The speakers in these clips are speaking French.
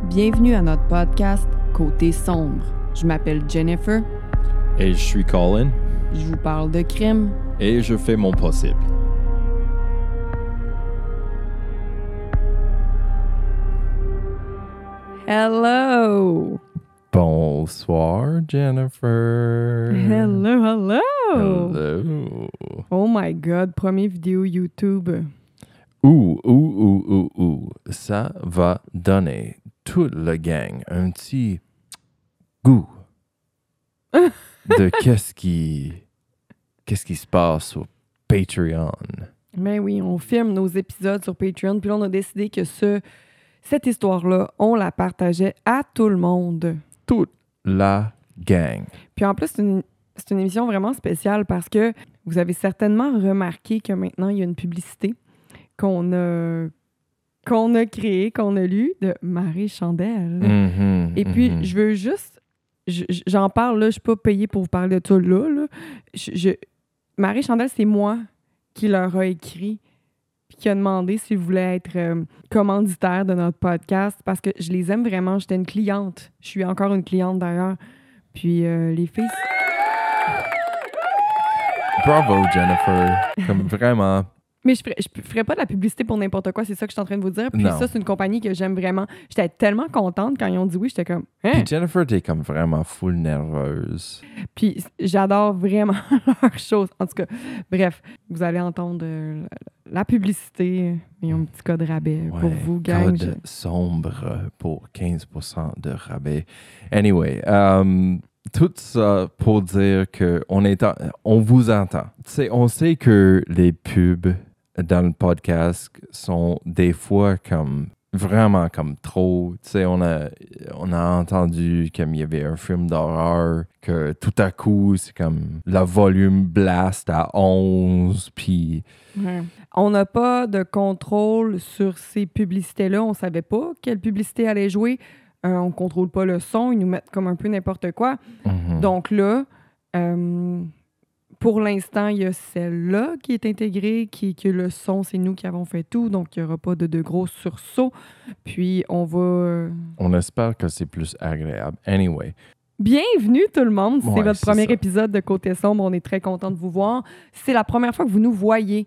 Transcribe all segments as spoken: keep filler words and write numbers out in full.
Bienvenue à notre podcast Côté sombre. Je m'appelle Jennifer. Et je suis Colin. Je vous parle de crime. Et je fais mon possible. Hello! Bonsoir, Jennifer. Hello, hello! Hello. Oh my God, première vidéo YouTube. Ouh, ouh, ouh, ouh, ouh. Ça va donner toute la gang un petit goût de qu'est-ce qui, qu'est-ce qui se passe sur Patreon. Ben oui, on filme nos épisodes sur Patreon, puis là, on a décidé que ce, cette histoire-là, on la partageait à tout le monde. Toute la gang. Puis en plus, c'est une, c'est une émission vraiment spéciale parce que vous avez certainement remarqué que maintenant, il y a une publicité qu'on a, qu'on a créée, qu'on a lue, de Marie Chandelle. Mm-hmm, Et puis, mm-hmm. je veux juste... je- j'en parle, là, je suis pas payée pour vous parler de ça, là. là. Je, je- Marie Chandelle, c'est moi qui leur a écrit puis qui a demandé s'ils voulaient être euh, commanditaires de notre podcast parce que je les aime vraiment. J'étais une cliente. Je suis encore une cliente, d'ailleurs. Puis, euh, les filles... Bravo, Jennifer. Comme vraiment... Mais je ferais, je ferais pas de la publicité pour n'importe quoi, c'est ça que je suis en train de vous dire. Puis Non. ça, c'est une compagnie que j'aime vraiment. J'étais tellement contente quand ils ont dit oui, j'étais comme... Hein? Puis Jennifer, t'es comme vraiment full nerveuse. Puis j'adore vraiment leurs choses. En tout cas, bref, vous allez entendre euh, la publicité. Il y a un petit code rabais pour Ouais, vous, gang. Code sombre pour quinze pour cent de rabais. Anyway, euh, tout ça pour dire qu'on est en- on vous entend. Tu sais, on sait que les pubs dans le podcast sont des fois comme vraiment comme trop. Tu sais, on a, on a entendu comme il y avait un film d'horreur que tout à coup, c'est comme le volume blast à onze, puis... Ouais. On n'a pas de contrôle sur ces publicités-là. On savait pas quelle publicité allait jouer. Euh, on contrôle pas le son. Ils nous mettent comme un peu n'importe quoi. Mhm. Donc là, euh, pour l'instant, il y a celle-là qui est intégrée, qui, que le son, c'est nous qui avons fait tout. Donc, il n'y aura pas de, de gros sursauts. Puis, on va... euh, On espère que c'est plus agréable. Anyway, Bienvenue tout le monde. C'est Ouais, votre c'est premier ça. épisode de Côté sombre. On est très content de vous voir. C'est la première fois que vous nous voyez.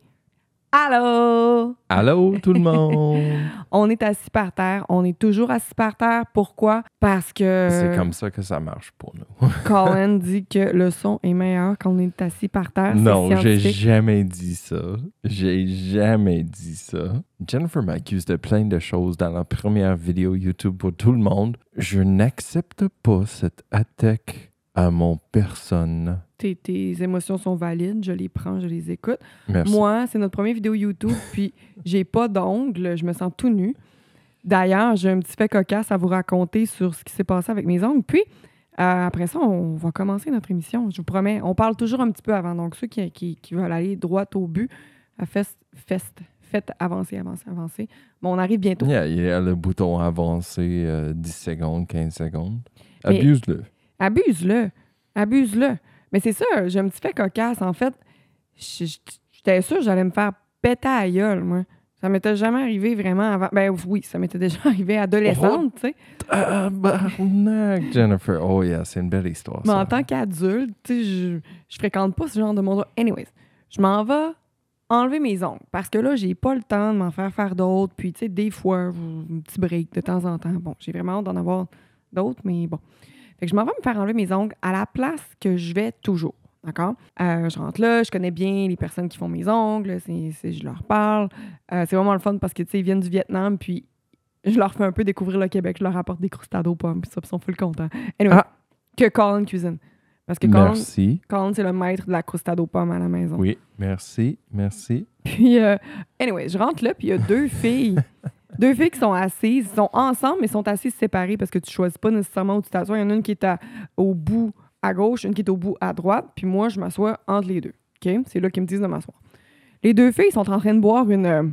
Allô? allô tout le monde! On est assis par terre. On est toujours assis par terre. Pourquoi? Parce que C'est comme ça que ça marche pour nous. Colin dit que le son est meilleur quand on est assis par terre. Non, C'est j'ai scientifique. jamais dit ça. J'ai jamais dit ça. Jennifer m'accuse de plein de choses dans la première vidéo YouTube pour tout le monde. Je n'accepte pas cette attaque à mon personne. Tes, tes émotions sont valides. Je les prends, je les écoute. Merci. Moi, c'est notre première vidéo YouTube, puis j'ai pas d'ongles, je me sens tout nu. D'ailleurs, j'ai un petit fait cocasse à vous raconter sur ce qui s'est passé avec mes ongles. Puis, euh, après ça, on va commencer notre émission, je vous promets. On parle toujours un petit peu avant, donc ceux qui, qui, qui veulent aller droit au but, euh, fest, fest, faites avancer, avancer, avancer. Bon, on arrive bientôt. Yeah, il y a le bouton avancé euh, dix secondes, quinze secondes. Mais- Abuse-le. Abuse-le, abuse-le. Mais c'est ça, j'ai un petit fait cocasse. En fait, j- j- j'étais sûre que j'allais me faire péter à la gueule, moi. Ça m'était jamais arrivé vraiment avant. Ben oui, ça m'était déjà arrivé adolescente, tu sais. Ah, barnac, Jennifer. Oh yeah, c'est une belle histoire, Mais ça. en tant qu'adulte, tu sais, je, je fréquente pas ce genre de monde. Anyways, je m'en vais enlever mes ongles parce que là, j'ai pas le temps de m'en faire faire d'autres. Puis, tu sais, des fois, un petit break de temps en temps. Bon, j'ai vraiment hâte d'en avoir d'autres, mais bon. Fait que je m'en vais me faire enlever mes ongles à la place que je vais toujours. D'accord? Euh, je rentre là, je connais bien les personnes qui font mes ongles, c'est, c'est- je leur parle. Euh, c'est vraiment le fun parce que, tu sais, ils viennent du Vietnam, puis je leur fais un peu découvrir le Québec. Je leur apporte des croustades aux pommes, puis ça, puis ils sont full contents. Anyway, Ah! que Colin cuisine. Parce que Colin, Merci. Colin, c'est le maître de la croustade aux pommes à la maison. Oui, merci, merci. Puis, euh, anyway, je rentre là, puis il y a deux filles. Deux filles qui sont assises. Ils sont ensemble, mais sont assises séparées parce que tu choisis pas nécessairement où tu t'assois. Il y en a une qui est à- au bout à gauche, une qui est au bout à droite, puis moi, je m'assois entre les deux. OK? C'est là qu'ils me disent de m'asseoir. Les deux filles sont en train de boire une euh,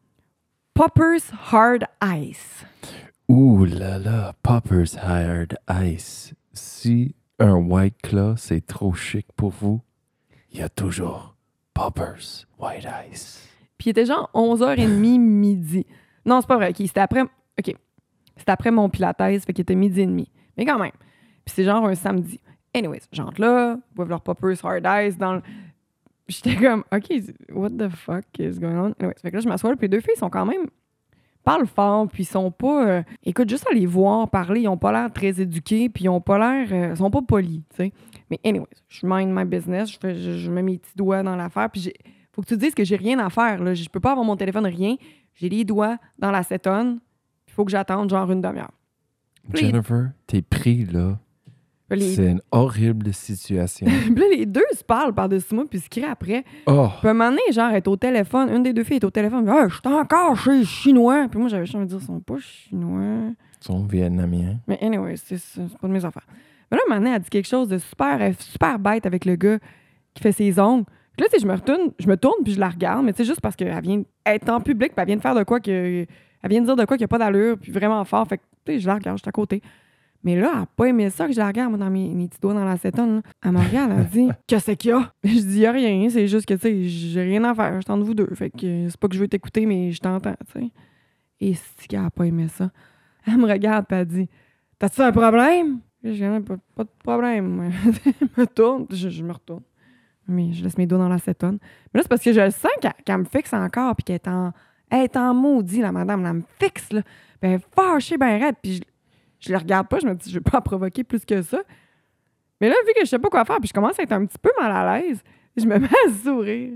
Poppers Hard Ice. Ouh là là, Poppers Hard Ice. Si un White Claw, c'est trop chic pour vous, il y a toujours Poppers White Ice. Puis il était genre onze heures trente midi. Non, c'est pas vrai. OK, c'était après... OK. C'était après mon pilates, fait qu'il était midi et demi. Mais quand même. Puis c'est genre un samedi. Anyways, j'entre là, ils boivent leur poppers hard ice dans le... J'étais comme, OK, what the fuck is going on? Anyways, fait que là, je m'assois là, puis les deux filles sont quand même... parlent fort, puis ils sont pas... Euh... Écoute, juste à les voir parler, ils ont pas l'air très éduqués, puis ils ont pas l'air... Euh... Ils sont pas polis, tu sais. Mais anyways, je mind my business, je, fais, je, je mets mes petits doigts dans l'affaire, puis j'ai... Faut que tu te dises que j'ai rien à faire, là. Je peux pas avoir mon téléphone, rien. J'ai les doigts dans l'acétone, il faut que j'attende genre une demi-heure. Puis Jennifer, t'es pris, là. Les... C'est une horrible situation. Puis là, les deux se parlent par-dessus moi, puis se crient après. Oh! Puis à un moment donné, genre, elle est au téléphone. Une des deux filles est au téléphone. « Ah, je suis encore chez les Chinois. » Puis moi, j'avais juste envie de dire « Ils sont pas chinois. » Ils sont vietnamiens. Mais anyway, c'est, c'est pas de mes affaires. Mais là, un moment donné, elle dit quelque chose de super, super bête avec le gars qui fait ses ongles. Puis là, tu sais, je me retourne, je me tourne, puis je la regarde. Mais tu sais, juste parce qu'elle vient être en public, puis elle vient de faire de quoi que... Elle vient de dire de quoi qu'il n'y a pas d'allure, puis vraiment fort. Fait que, tu sais, je la regarde, je suis à côté. Mais là, elle n'a pas aimé ça que je la regarde, moi, dans mes, mes petits doigts dans l'acétone. Là. Elle me regarde, elle dit « Qu'est-ce qu'il y a? » Je dis « Il n'y a rien, c'est juste que, tu sais, j'ai rien à faire, je t'en vous deux. Fait que c'est pas que je veux t'écouter, mais je t'entends, tu sais. » Et c'est qu'elle n'a pas aimé ça. Elle me regarde, puis elle dit « T'as-tu un problème? » Je dis « Pas, pas de problème. » Je me tourne, je, je me retourne. Mais je laisse mes doigts dans l'acétone. Mais là, c'est parce que je le sens qu'elle, qu'elle me fixe encore, puis qu'elle est en, elle est en maudit, la madame. Là, elle me fixe, là. Ben, elle est fâchée, ben raide, puis je... Je les regarde pas, je me dis, je vais pas en provoquer plus que ça. Mais là, vu que je sais pas quoi faire, puis je commence à être un petit peu mal à l'aise, je me mets à sourire.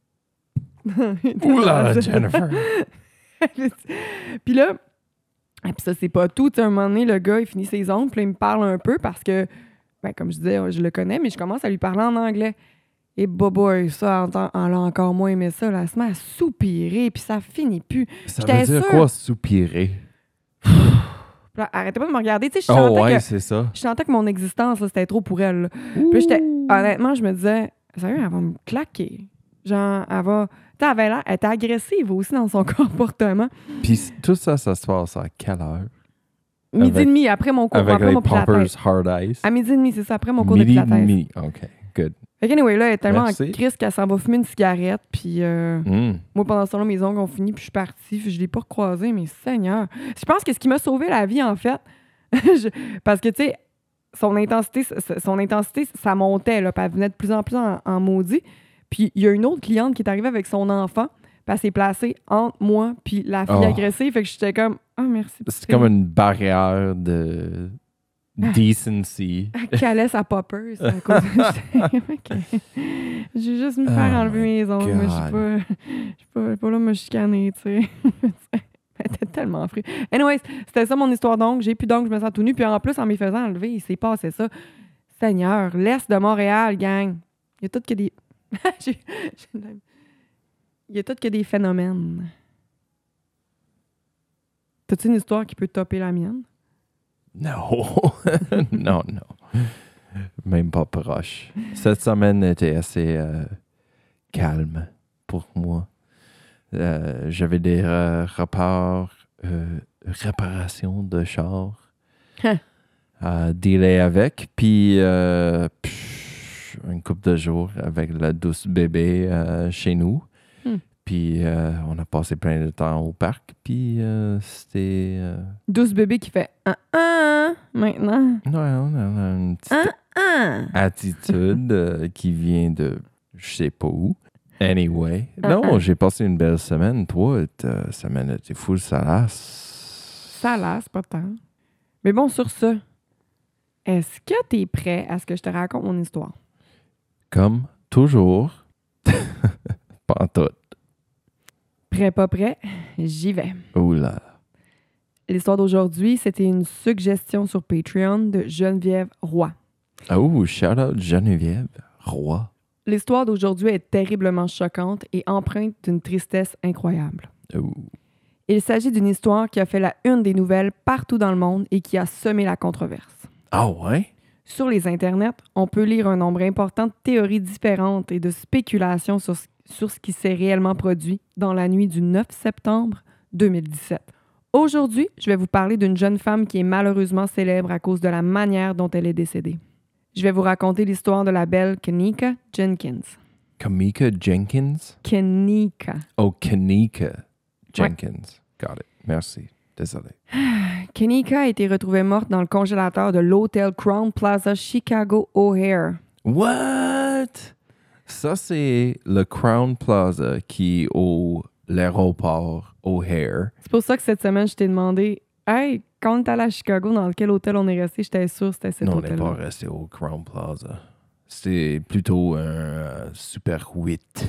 Oula, Jennifer! Puis là, et puis ça, c'est pas tout. T'sais, à un moment donné, le gars, il finit ses ongles, puis là, il me parle un peu parce que, ben, comme je disais, je le connais, mais je commence à lui parler en anglais. Et boboy, ça, elle a encore moins aimé ça. Là, elle se met à soupirer, puis ça finit plus. Ça J'étais veut dire sûre... quoi, soupirer? Là, arrêtez pas de me regarder. Tu sais, je Oh sentais ouais, que, c'est ça. je sentais que mon existence, là, c'était trop pour elle. Là. Puis j'étais, honnêtement, je me disais, sérieux, elle va me claquer. Genre, elle va... Tu sais, elle avait l'air, elle était agressive aussi dans son comportement. Puis tout ça, ça se passe à quelle heure? Midi Avec, et demi, après mon cours, avec après les mon pilates. poppers hard ice. À midi et demi, c'est ça, après mon cours Midi de et pilates. demi. OK, good. Fait qu'anyway, là, elle est tellement Merci. en crise qu'elle s'en va fumer une cigarette. Puis euh, Mm. moi, pendant ce temps-là, mes ongles ont fini, puis je suis partie. Puis je l'ai pas recroisé, mais Seigneur. Je pense que ce qui m'a sauvé la vie, en fait, je, parce que, tu sais, son intensité, son intensité, ça montait, là, puis elle venait de plus en plus en, en maudit. Puis il y a une autre cliente qui est arrivée avec son enfant, puis elle s'est placée entre moi puis la fille Oh. agressive. Fait que j'étais comme, ah, oh, merci. C'est comme une barrière de decency. Elle calait sa poppers à cause de... OK. J'ai juste me faire Oh enlever my mes ongles. Moi, je suis God. pas, je suis pas, pas là me chicaner, tu sais. Elle était tellement frue. Anyways, c'était ça mon histoire d'ongles. J'ai plus d'ongles, je me sens tout nu. Puis en plus, en m'y faisant enlever, il s'est passé ça. Seigneur, l'Est de Montréal, gang. Il y a tout que des... j'ai, j'ai... Il y a tout que des phénomènes. T'as-tu une histoire qui peut topper la mienne? Non. non, non. Même pas proche. Cette semaine était assez euh, calme pour moi. Euh, j'avais des euh, rapports, euh, réparations de char Hein. à dealer avec. Puis, euh, pff, une couple de jours avec la douce bébé euh, chez nous. Hmm. Puis, euh, on a passé plein de temps au parc. Puis, euh, c'était... Euh... Douce bébé qui fait un un maintenant. Ouais, on a une petite Un un. attitude euh, qui vient de je sais pas où. Anyway. Uh-uh. Non, j'ai passé une belle semaine. Toi, ta semaine était full salace. Ça lasse, pas tant. Mais bon, sur ça, est-ce que t'es prêt à ce que je te raconte mon histoire? Comme toujours. Pas en tout. Prêt, pas prêt? J'y vais. Oula. L'histoire d'aujourd'hui, c'était une suggestion sur Patreon de Geneviève Roy. Oh, shout out Geneviève Roy. L'histoire d'aujourd'hui est terriblement choquante et empreinte d'une tristesse incroyable. Oh. Il s'agit d'une histoire qui a fait la une des nouvelles partout dans le monde et qui a semé la controverse. Ah ouais? Sur les internets, on peut lire un nombre important de théories différentes et de spéculations sur, sur ce qui s'est réellement produit dans la nuit du neuf septembre deux mille dix-sept. Aujourd'hui, je vais vous parler d'une jeune femme qui est malheureusement célèbre à cause de la manière dont elle est décédée. Je vais vous raconter l'histoire de la belle Kenneka Jenkins. Kamika Jenkins? Kenneka. Oh, Kenneka Jenkins. Got it. Merci. Désolé. Kenika a été retrouvée morte dans le congélateur de l'hôtel Crown Plaza Chicago O'Hare. What? Ça, c'est le Crown Plaza qui est au l'aéroport O'Hare. C'est pour ça que cette semaine, je t'ai demandé, hey, quand on est allé à Chicago, dans quel hôtel on est resté? J'étais sûre que c'était cet non, hôtel-là. on n'est pas resté au Crown Plaza. C'est plutôt un euh, Super huit.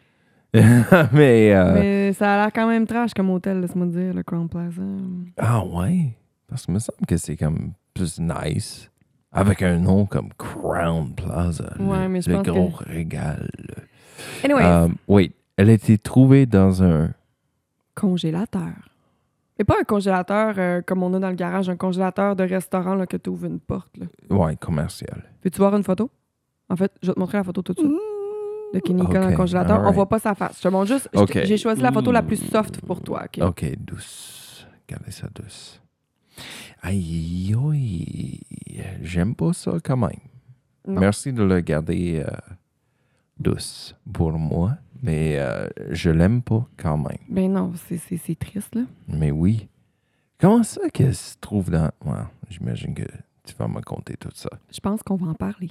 Mais, euh, Mais ça a l'air quand même trash comme hôtel, laisse-moi te dire, le Crown Plaza. Ah ouais? Parce que me semble que c'est comme plus nice. Avec un nom comme Crown Plaza. Ouais, le, mais je le pense gros que... régal. Anyways. Um, wait, elle a été trouvée dans un... Congélateur. Mais pas un congélateur euh, comme on a dans le garage, un congélateur de restaurant là, que tu ouvres une porte. Là. Ouais, commercial. Veux-tu voir une photo? En fait, je vais te montrer la photo tout de suite. De Kenika Okay, dans le congélateur. alright. On voit pas sa face. Je te montre juste. je- Okay. J'ai choisi la photo la plus soft pour toi. OK? OK, douce. Regardez ça douce. Aïe, aïe. J'aime pas ça quand même. Non. Merci de le garder euh, douce pour moi, mais euh, je l'aime pas quand même. Ben non, c'est, c'est, c'est triste, là. Mais oui. Comment ça qu'elle se trouve dans... Ouais, j'imagine que tu vas me conter tout ça. Je pense qu'on va en parler.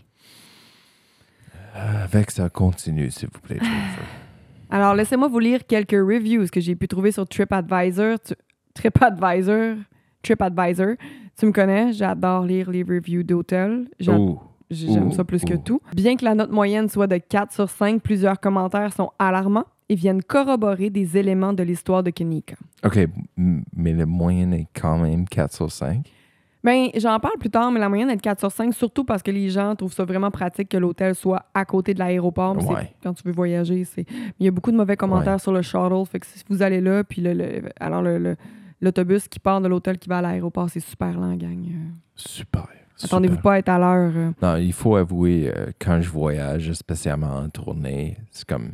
Euh, avec ça, continue, s'il vous plaît, Jennifer. Alors, laissez-moi vous lire quelques reviews que j'ai pu trouver sur TripAdvisor. Tu... TripAdvisor. TripAdvisor. Tu me connais, j'adore lire les reviews d'hôtels. J'a- Ouh. J'aime Ouh, ça plus que ouh. tout. Bien que la note moyenne soit de quatre sur cinq, plusieurs commentaires sont alarmants et viennent corroborer des éléments de l'histoire de Kenika. OK, m- mais le moyen est quand même quatre sur cinq. Ben, j'en parle plus tard, mais la moyenne est de quatre sur cinq, surtout parce que les gens trouvent ça vraiment pratique que l'hôtel soit à côté de l'aéroport. C'est- Ouais. Quand tu veux voyager, c'est... Il y a beaucoup de mauvais commentaires Ouais. sur le shuttle. Fait que si vous allez là, puis le, le- alors le, le- l'autobus qui part de l'hôtel qui va à l'aéroport, c'est super lent, gang. Euh, Super. Attendez-vous super. pas à être à l'heure. euh. Non, il faut avouer, euh, quand je voyage, spécialement en tournée, c'est comme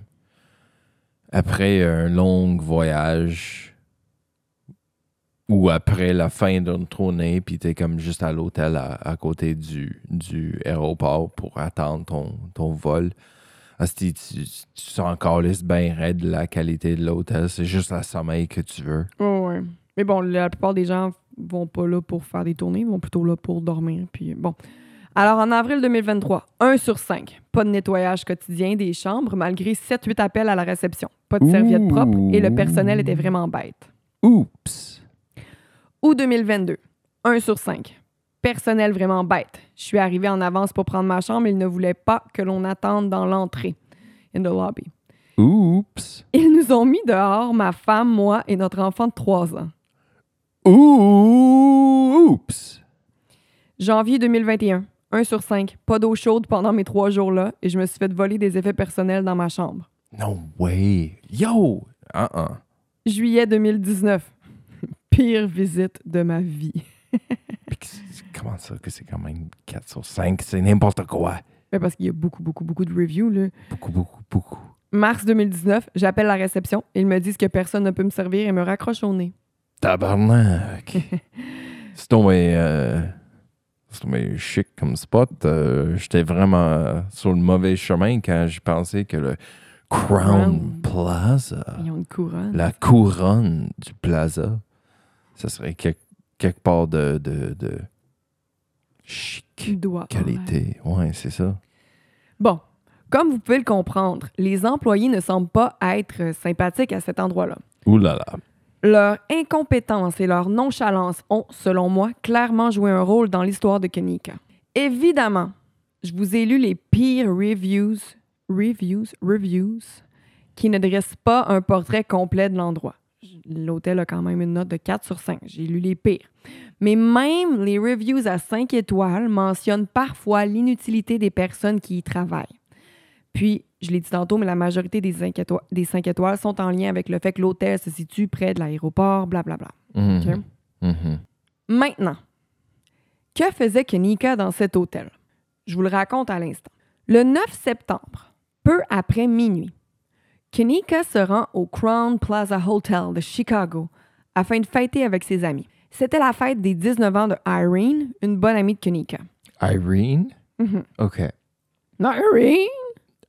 après un long voyage ou après la fin d'une tournée, puis t'es comme juste à l'hôtel à, à côté du, du aéroport pour attendre ton, ton vol. Asti, tu, tu sens encore bien raide de la qualité de l'hôtel. C'est juste la sommeil que tu veux. Oh, ouais. Mais bon, la plupart des gens vont pas là pour faire des tournées, ils vont plutôt là pour dormir. Puis bon. Alors, en avril deux mille vingt-trois, un sur cinq. Pas de nettoyage quotidien des chambres, malgré sept huit appels à la réception. Pas de serviettes Ouh. propres et le personnel était vraiment bête. Oups! Août deux mille vingt-deux, un sur cinq. Personnel vraiment bête. Je suis arrivée en avance pour prendre ma chambre et ils ne voulaient pas que l'on attende dans l'entrée. In the lobby. Oups! Ils nous ont mis dehors, ma femme, moi et notre enfant de trois ans. Oups! Janvier deux mille vingt et un, un sur cinq. Pas d'eau chaude pendant mes trois jours-là et je me suis fait voler des effets personnels dans ma chambre. No way! Yo! Uh-uh. Juillet deux mille dix-neuf. Pire visite de ma vie. Puis que c'est- Comment ça que c'est quand même quatre sur cinq? C'est n'importe quoi. Ben parce qu'il y a beaucoup, beaucoup, beaucoup de reviews, là. Beaucoup, beaucoup, beaucoup. Mars deux mille dix-neuf, j'appelle la réception. Ils me disent que personne ne peut me servir et me raccrochent au nez. Tabarnak! c'est tombé, euh, c'est tombé chic comme spot. Euh, J'étais vraiment euh, sur le mauvais chemin quand j'ai pensé que le Crown Crown. Plaza, Ils ont une couronne. la couronne du plaza, ça serait quel- quelque part de, de, de chic Il doit. qualité. Ouais, c'est ça. Bon, comme vous pouvez le comprendre, les employés ne semblent pas être sympathiques à cet endroit-là. Ouh là là. Leur incompétence et leur nonchalance ont, selon moi, clairement joué un rôle dans l'histoire de Kenika. Évidemment, je vous ai lu les pires reviews, reviews, reviews, qui ne dressent pas un portrait complet de l'endroit. L'hôtel a quand même une note de quatre sur cinq. J'ai lu les pires. Mais même les reviews à cinq étoiles mentionnent parfois l'inutilité des personnes qui y travaillent. Puis, je l'ai dit tantôt, mais la majorité des cinq étoiles, des cinq étoiles sont en lien avec le fait que l'hôtel se situe près de l'aéroport, blablabla. Mhm. OK? Mhm. Maintenant, que faisait Kenika dans cet hôtel? Je vous le raconte à l'instant. Le neuf septembre, peu après minuit, Kenika se rend au Crown Plaza Hotel de Chicago afin de fêter avec ses amis. C'était la fête des dix-neuf ans de Irene, une bonne amie de Kenika. Irene? Mhm. OK. Irene?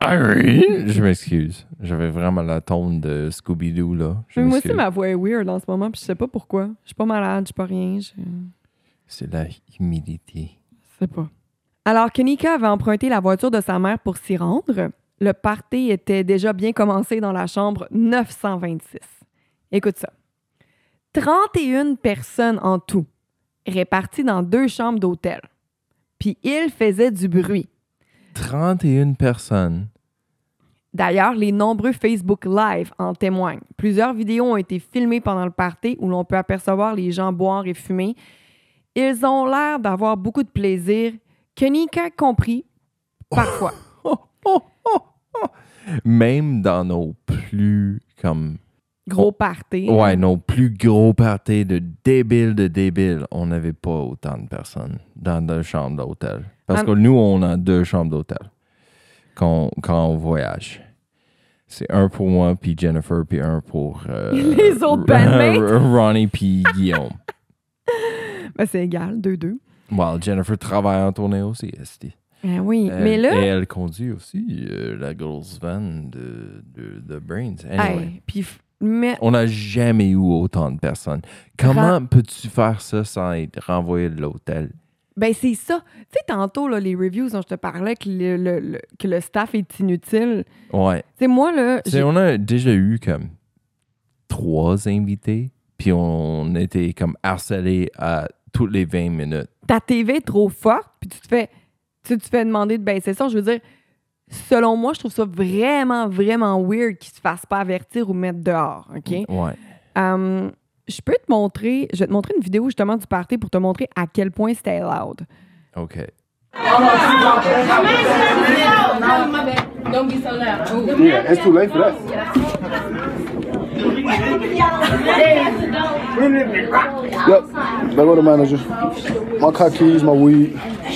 Ah oui? Je m'excuse. J'avais vraiment la tone de Scooby-Doo, là. Je Mais moi m'excuse. aussi, ma voix est weird en ce moment, puis je sais pas pourquoi. Je suis pas malade, je suis pas rien. Je... C'est la humidité. Je sais pas. Alors, Kenika avait emprunté la voiture de sa mère pour s'y rendre. Le party était déjà bien commencé dans la chambre neuf cent vingt-six. Écoute ça. trente et une personnes en tout, réparties dans deux chambres d'hôtel. Puis il faisait du bruit. trente et une personnes. D'ailleurs, les nombreux Facebook Live en témoignent. Plusieurs vidéos ont été filmées pendant le party où l'on peut apercevoir les gens boire et fumer. Ils ont l'air d'avoir beaucoup de plaisir, Kenika compris, parfois. Oh, oh, oh, oh. Même dans nos plus, comme... Gros party. Ouais, nos plus gros parties de débiles de débiles, on n'avait pas autant de personnes dans deux chambres d'hôtel. Parce Ah. que nous, on a deux chambres d'hôtel quand, quand on voyage. C'est un pour moi, puis Jennifer, puis un pour... euh, Les autres bandmates. Ronnie, puis Guillaume. Ben, c'est égal, deux deux. Well, Jennifer travaille en tournée aussi, esti. Ah oui, Elle- mais là... Et elle conduit aussi euh, la grosse van de, de, de Brains. Anyway. hey, puis f- mais, On n'a jamais eu autant de personnes. Comment Ra- peux-tu faire ça sans être renvoyé de l'hôtel? ben c'est ça. Tu sais, tantôt, là, les reviews dont je te parlais, que le, le- le- que le staff est inutile. Ouais. Tu sais, moi, là... Tu sais, j'ai- on a déjà eu comme trois invités, puis on était comme harcelés à toutes les vingt minutes. ta T V est trop forte, puis tu te fais, tu te fais demander de baisser ça. Je veux dire, selon moi, je trouve ça vraiment, vraiment weird qu'ils se fassent pas avertir ou mettre dehors, OK? Ouais. Um, je peux te montrer, je vais te montrer une vidéo justement du party pour te montrer à quel point c'était loud. OK. Don't be so loud. Yeah, it's too late for that. Yep, there go the manager. My car keys, my weed.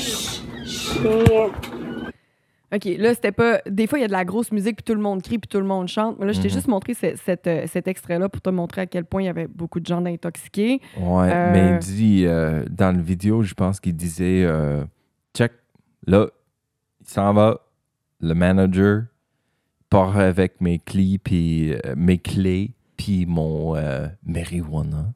OK, là, c'était pas... Des fois, il y a de la grosse musique, puis tout le monde crie, puis tout le monde chante. Mais là, je t'ai Mhm. juste montré ce- cet, euh, cet extrait-là pour te montrer à quel point il y avait beaucoup de gens d'intoxiqués. Ouais, Euh, mais il dit, euh, dans la vidéo, je pense qu'il disait, euh, check, là, il s'en va, le manager part avec mes clés, puis euh, mes clés, puis mon euh, marijuana.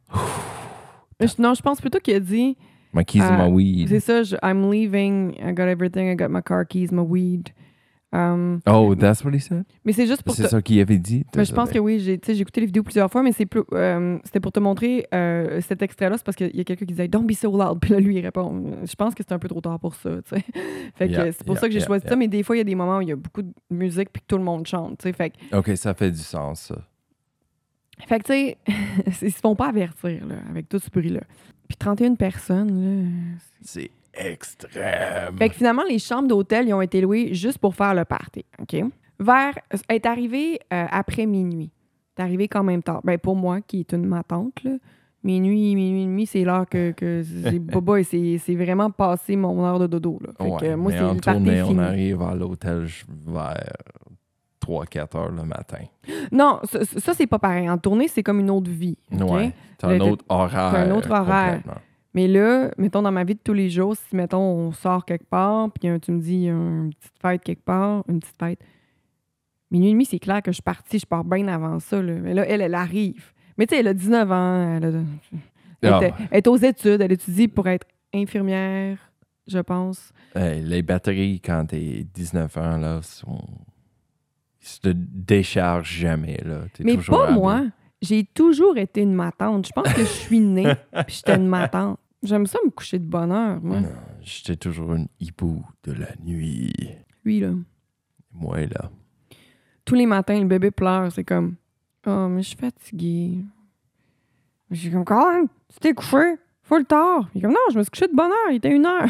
Je- Non, je pense plutôt qu'il a dit... My keys and Euh, my weed. C'est ça, je- I'm leaving, I got everything, I got my car keys, my weed. Um, Oh, that's what he said? mais c'est juste pour C'est te... ça qu'il avait dit? Mais je pense que Désolé. oui, j'ai tu sais, j'ai écouté les vidéos plusieurs fois, mais c'est plus, euh, c'était pour te montrer euh, cet extrait-là, c'est parce qu'il y a quelqu'un qui disait « Don't be so loud », puis là, lui, il répond « Je pense que c'est un peu trop tard pour ça », tu sais. Fait que Yeah, c'est pour yeah, ça que j'ai yeah, choisi yeah. ça, mais des fois, il y a des moments où il y a beaucoup de musique puis que tout le monde chante, tu sais. Fait que, OK, ça fait du sens, ça. fait que tu sais, ils se font pas avertir, là, avec tout ce bruit-là. Puis trente et une personnes, là... C'est extrême. Fait que finalement, les chambres d'hôtel, ils ont été louées juste pour faire le party, OK? Vers... est arrivé euh, après minuit. C'est arrivé quand même tard. Ben, pour moi, qui est une matante, là, minuit, minuit et demi, c'est l'heure que, que c'est boba et c'est, c'est vraiment passé mon heure de dodo, là. Fait Ouais, que moi, mais c'est en le party tournée, on fini. arrive à l'hôtel vers trois quatre heures le matin. Non, ça, ça, c'est pas pareil. En tournée, c'est comme une autre vie, OK? Ouais. T'as Le- un autre horaire. t'as un autre horaire. complètement. Mais là, mettons, dans ma vie de tous les jours, si, mettons, on sort quelque part, puis euh, tu me dis, il y a une petite fête quelque part, une petite fête, minuit et demi, c'est clair que je suis partie, je pars bien avant ça, là. Mais là, elle, elle arrive. Mais tu sais, elle a dix-neuf ans, elle, a- elle Ah. était- elle est aux études, elle étudie pour être infirmière, je pense. Hey, les batteries, quand t'es dix-neuf ans, là, sont... ils se déchargent jamais, là. T'es Mais toujours pas à moi. bout. J'ai toujours été une matante. Je pense que je suis née, puis j'étais une matante. J'aime ça me coucher de bonne heure, moi. Non, j'étais toujours une hibou de la nuit. Lui, là. Moi, là. Tous les matins, le bébé pleure. C'est comme, oh, mais je suis fatiguée. Je suis comme, quand même, tu t'es couché, full tard. Il est comme, non, je me suis couché de bonne heure, il était une heure.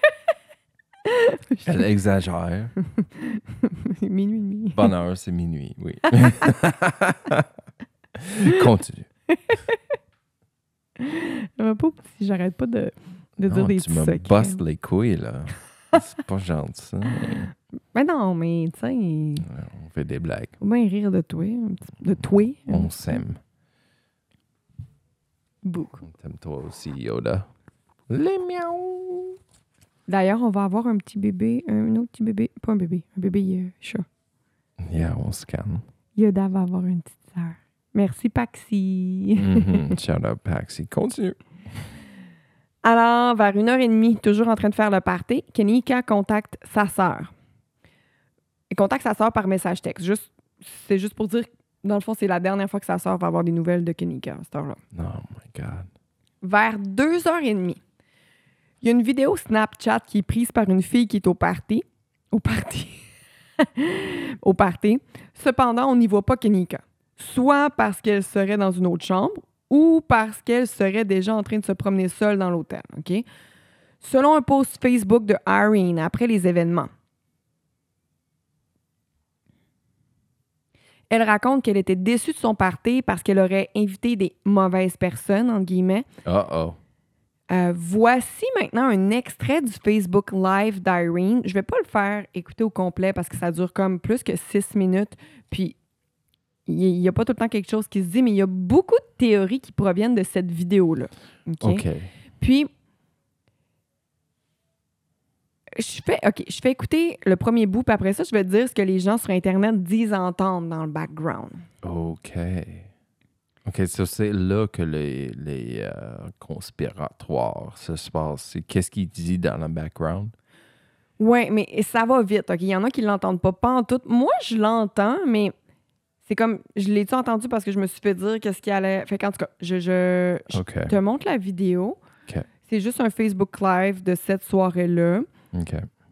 Elle exagère. C'est minuit et demi. Bonne heure, c'est minuit, oui. Continue. Ça va pas si j'arrête pas de, de dire Non, des tu petits me secrets. bosses les couilles, là. C'est pas gentil, ça. Mais non, mais tu sais, On fait des blagues. faut bien rire de toi. un petit- De toi. On s'aime. Beaucoup. On t'aime toi aussi, Yoda. Les miaou. D'ailleurs, on va avoir un petit bébé, un autre petit bébé, pas un bébé, un bébé euh, chat. Yeah, on se calme. Yoda va avoir une petite sœur. Merci, Paxi. Mm-hmm. Shout out, Paxi. Continue. Alors, vers une heure et demie, toujours en train de faire le party, Kenika contacte sa sœur. Elle contacte sa sœur par message texte. Juste, c'est juste pour dire, dans le fond, c'est la dernière fois que sa sœur va avoir des nouvelles de Kenika à cette heure-là. Oh my God. Vers deux heures et demie, il y a une vidéo Snapchat qui est prise par une fille qui est au party. Au party. au party. Cependant, on n'y voit pas Kenika. Soit parce qu'elle serait dans une autre chambre ou parce qu'elle serait déjà en train de se promener seule dans l'hôtel. OK? Selon un post Facebook de Irene après les événements, elle raconte qu'elle était déçue de son party parce qu'elle aurait invité des mauvaises personnes, entre guillemets. Uh-oh. Euh, voici maintenant un extrait du Facebook Live d'Irene. Je vais pas le faire écouter au complet parce que ça dure comme plus que six minutes. Puis, il n'y a pas tout le temps quelque chose qui se dit, mais il y a beaucoup de théories qui proviennent de cette vidéo-là. OK? OK. Puis, je fais, OK, je fais écouter le premier bout, puis après ça, je vais te dire ce que les gens sur Internet disent entendre dans le background. OK. OK, ça, c'est là que les, les euh, conspiratoires se passent. C'est qu'est-ce qu'il dit dans le background? Oui, mais ça va vite, OK? Il y en a qui ne l'entendent pas, pas en tout. Moi, je l'entends, mais c'est comme, je l'ai-tu entendu parce que je me suis fait dire qu'est-ce qui allait... Fait qu'en tout cas, je, je, je OK. te montre la vidéo. OK. C'est juste un Facebook Live de cette soirée-là. OK.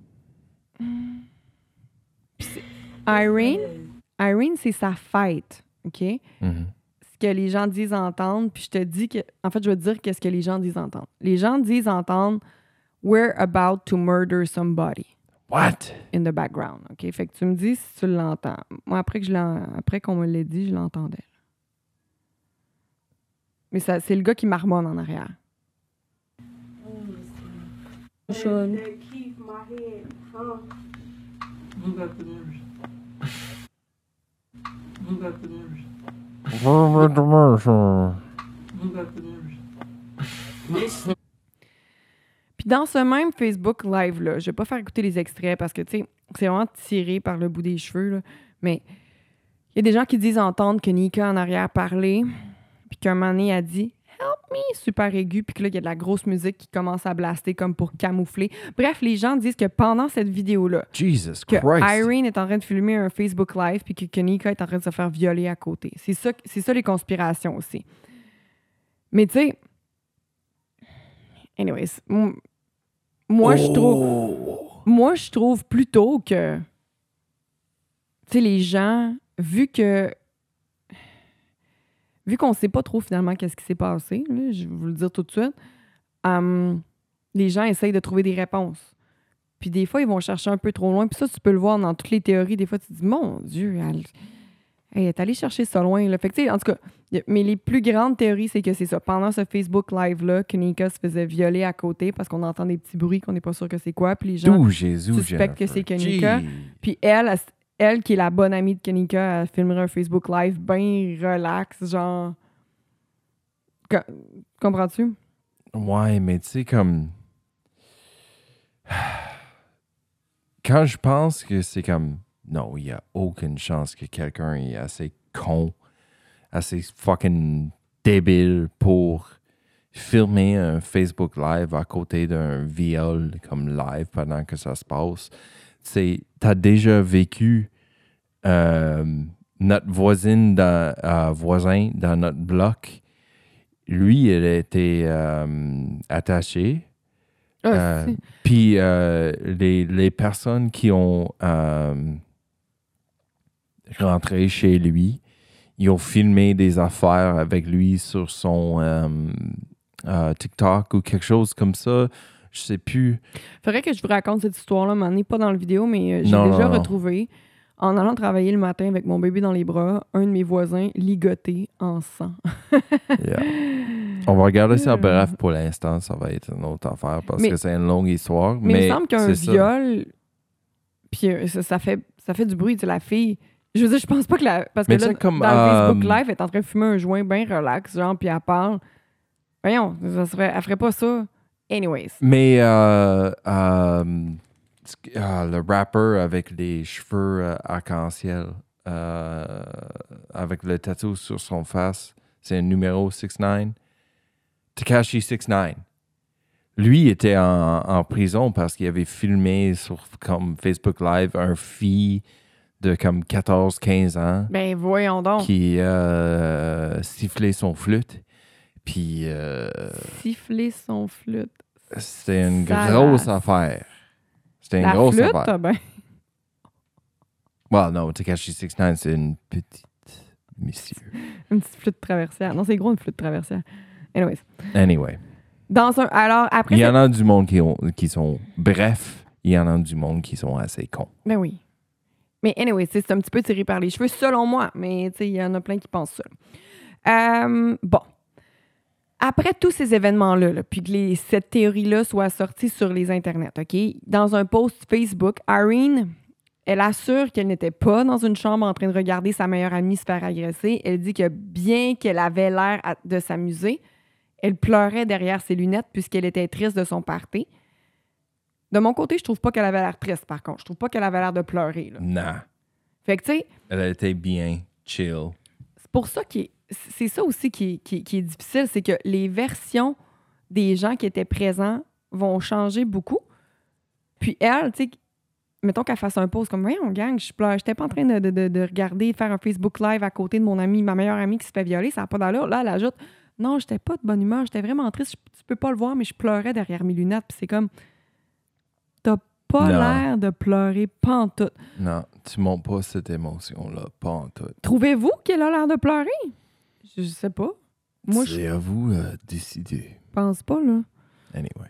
Irene, Irene, c'est sa fête, OK? Mm-hmm. Ce que les gens disent entendre, puis je te dis que... En fait, je vais te dire qu'est-ce que les gens disent entendre. Les gens disent entendre « We're about to murder somebody » What? in the background, OK? Fait que tu me dis si tu l'entends. Moi, après, que je l'en... après qu'on me l'ait dit, je l'entendais. Mais ça, c'est le gars qui marmonne en arrière. Sean. Puis dans ce même Facebook Live-là, je vais pas faire écouter les extraits parce que, tu sais, c'est vraiment tiré par le bout des cheveux, là. Mais il y a des gens qui disent entendre que Nika en arrière parlait, puis qu'un moment donné, a dit « Help me », super aigu, puis que là, il y a de la grosse musique qui commence à blaster comme pour camoufler. Bref, les gens disent que pendant cette vidéo-là, Jesus que Christ. Irene est en train de filmer un Facebook Live puis que Kenika est en train de se faire violer à côté. C'est ça, c'est ça les conspirations aussi. Mais tu sais, anyways, m- moi, je trouve... Moi, je trouve plutôt que, tu sais, les gens, vu que, vu qu'on sait pas trop finalement qu'est-ce qui s'est passé, là, je vais vous le dire tout de suite, um, les gens essayent de trouver des réponses. Puis des fois, ils vont chercher un peu trop loin. Puis ça, tu peux le voir dans toutes les théories. Des fois, tu te dis, mon Dieu, elle, elle est allée chercher ça loin. Là. Fait que, tu sais, en tout cas, y a- mais les plus grandes théories, c'est que c'est ça. Pendant ce Facebook Live-là, Kenika se faisait violer à côté parce qu'on entend des petits bruits qu'on n'est pas sûr que c'est quoi. Puis les gens D'où Jésus, suspectent que Jennifer? c'est Kenika. Gee. Puis elle, elle, elle, qui est la bonne amie de Kenika, elle filmerait un Facebook Live bien relax, genre... Co- Comprends-tu? Ouais, mais tu sais, comme... Quand je pense que c'est comme... Non, il n'y a aucune chance que quelqu'un est assez con, assez fucking débile pour filmer un Facebook Live à côté d'un viol comme live pendant que ça se passe. Tu as déjà vécu euh, notre voisine dans, euh, voisin dans notre bloc. Lui, il était euh, attaché. Ah, Euh, si. Puis euh, les, les personnes qui ont euh, rentré chez lui, ils ont filmé des affaires avec lui sur son euh, euh, TikTok ou quelque chose comme ça. Je sais plus. Faudrait que je vous raconte cette histoire-là, un moment donné, pas dans le vidéo, mais euh, j'ai Non, déjà non, non. retrouvé, en allant travailler le matin avec mon bébé dans les bras, un de mes voisins ligoté en sang. Yeah. On va regarder ça Euh. bref pour l'instant. Ça va être une autre affaire parce Mais- que c'est une longue histoire. Mais, Mais, il me semble qu'un c'est ça. viol, puis euh, ça, ça fait, ça fait du bruit, tu sais, la fille. Je veux dire, je pense pas que la. Parce que Mais là, tu sais, comme, dans le Facebook euh, Live, elle est en train de fumer un joint bien relax, genre, puis elle parle. Voyons, ça serait, elle ferait pas ça. Anyways. Mais euh, euh, Ah, le rapper avec les cheveux euh, arc-en-ciel, euh, avec le tattoo sur son face, c'est un numéro six neuf. Tekashi six neuf. Lui était en, en prison parce qu'il avait filmé sur comme Facebook Live un fille de comme quatorze quinze ans Ben, voyons donc. qui euh, sifflait son flûte. Puis euh, Siffler son flûte. c'était une Ça grosse va. affaire. C'était une La grosse flûte, affaire. ben. Well, non, Tekashi six neuf, c'est une petite monsieur. Une petite flûte traversière. Non, c'est gros, une flûte traversière. Anyways. Anyway. Dans un... Alors, après... Il y en c'est- a du monde qui, ont, qui sont... Bref, il y en a du monde qui sont assez cons. Ben oui. Mais anyway, c'est un petit peu tiré par les cheveux, selon moi. Mais tu sais, il y en a plein qui pensent ça. Euh, bon. Après tous ces événements-là, là, puis que les, cette théorie-là soit sortie sur les internets, OK? Dans un post Facebook, Irene, elle assure qu'elle n'était pas dans une chambre en train de regarder sa meilleure amie se faire agresser. Elle dit que bien qu'elle avait l'air à- de s'amuser, elle pleurait derrière ses lunettes puisqu'elle était triste de son party. De mon côté, je trouve pas qu'elle avait l'air triste, par contre. Je trouve pas qu'elle avait l'air de pleurer. Là. Non. Fait que, tu sais, Elle était bien chill. c'est pour ça que c'est ça aussi qui est, qui, est- qui est difficile, c'est que les versions des gens qui étaient présents vont changer beaucoup. Puis elle, tu sais, mettons qu'elle fasse un pause comme voyons, gang, je pleure, j'étais pas en train de, de, de, de regarder, faire un Facebook Live à côté de mon amie, ma meilleure amie qui se fait violer, ça n'a pas d'allure. Là, elle ajoute non, j'étais pas de bonne humeur, j'étais vraiment triste, je- tu peux pas le voir, mais je pleurais derrière mes lunettes. Puis c'est comme t'as pas Non. l'air de pleurer pantoute. Non, tu montes pas cette émotion-là, pas en tout. Trouvez-vous qu'elle a l'air de pleurer? Je, je sais pas. Moi, je C'est à vous de décider. pense pas, là. Anyway.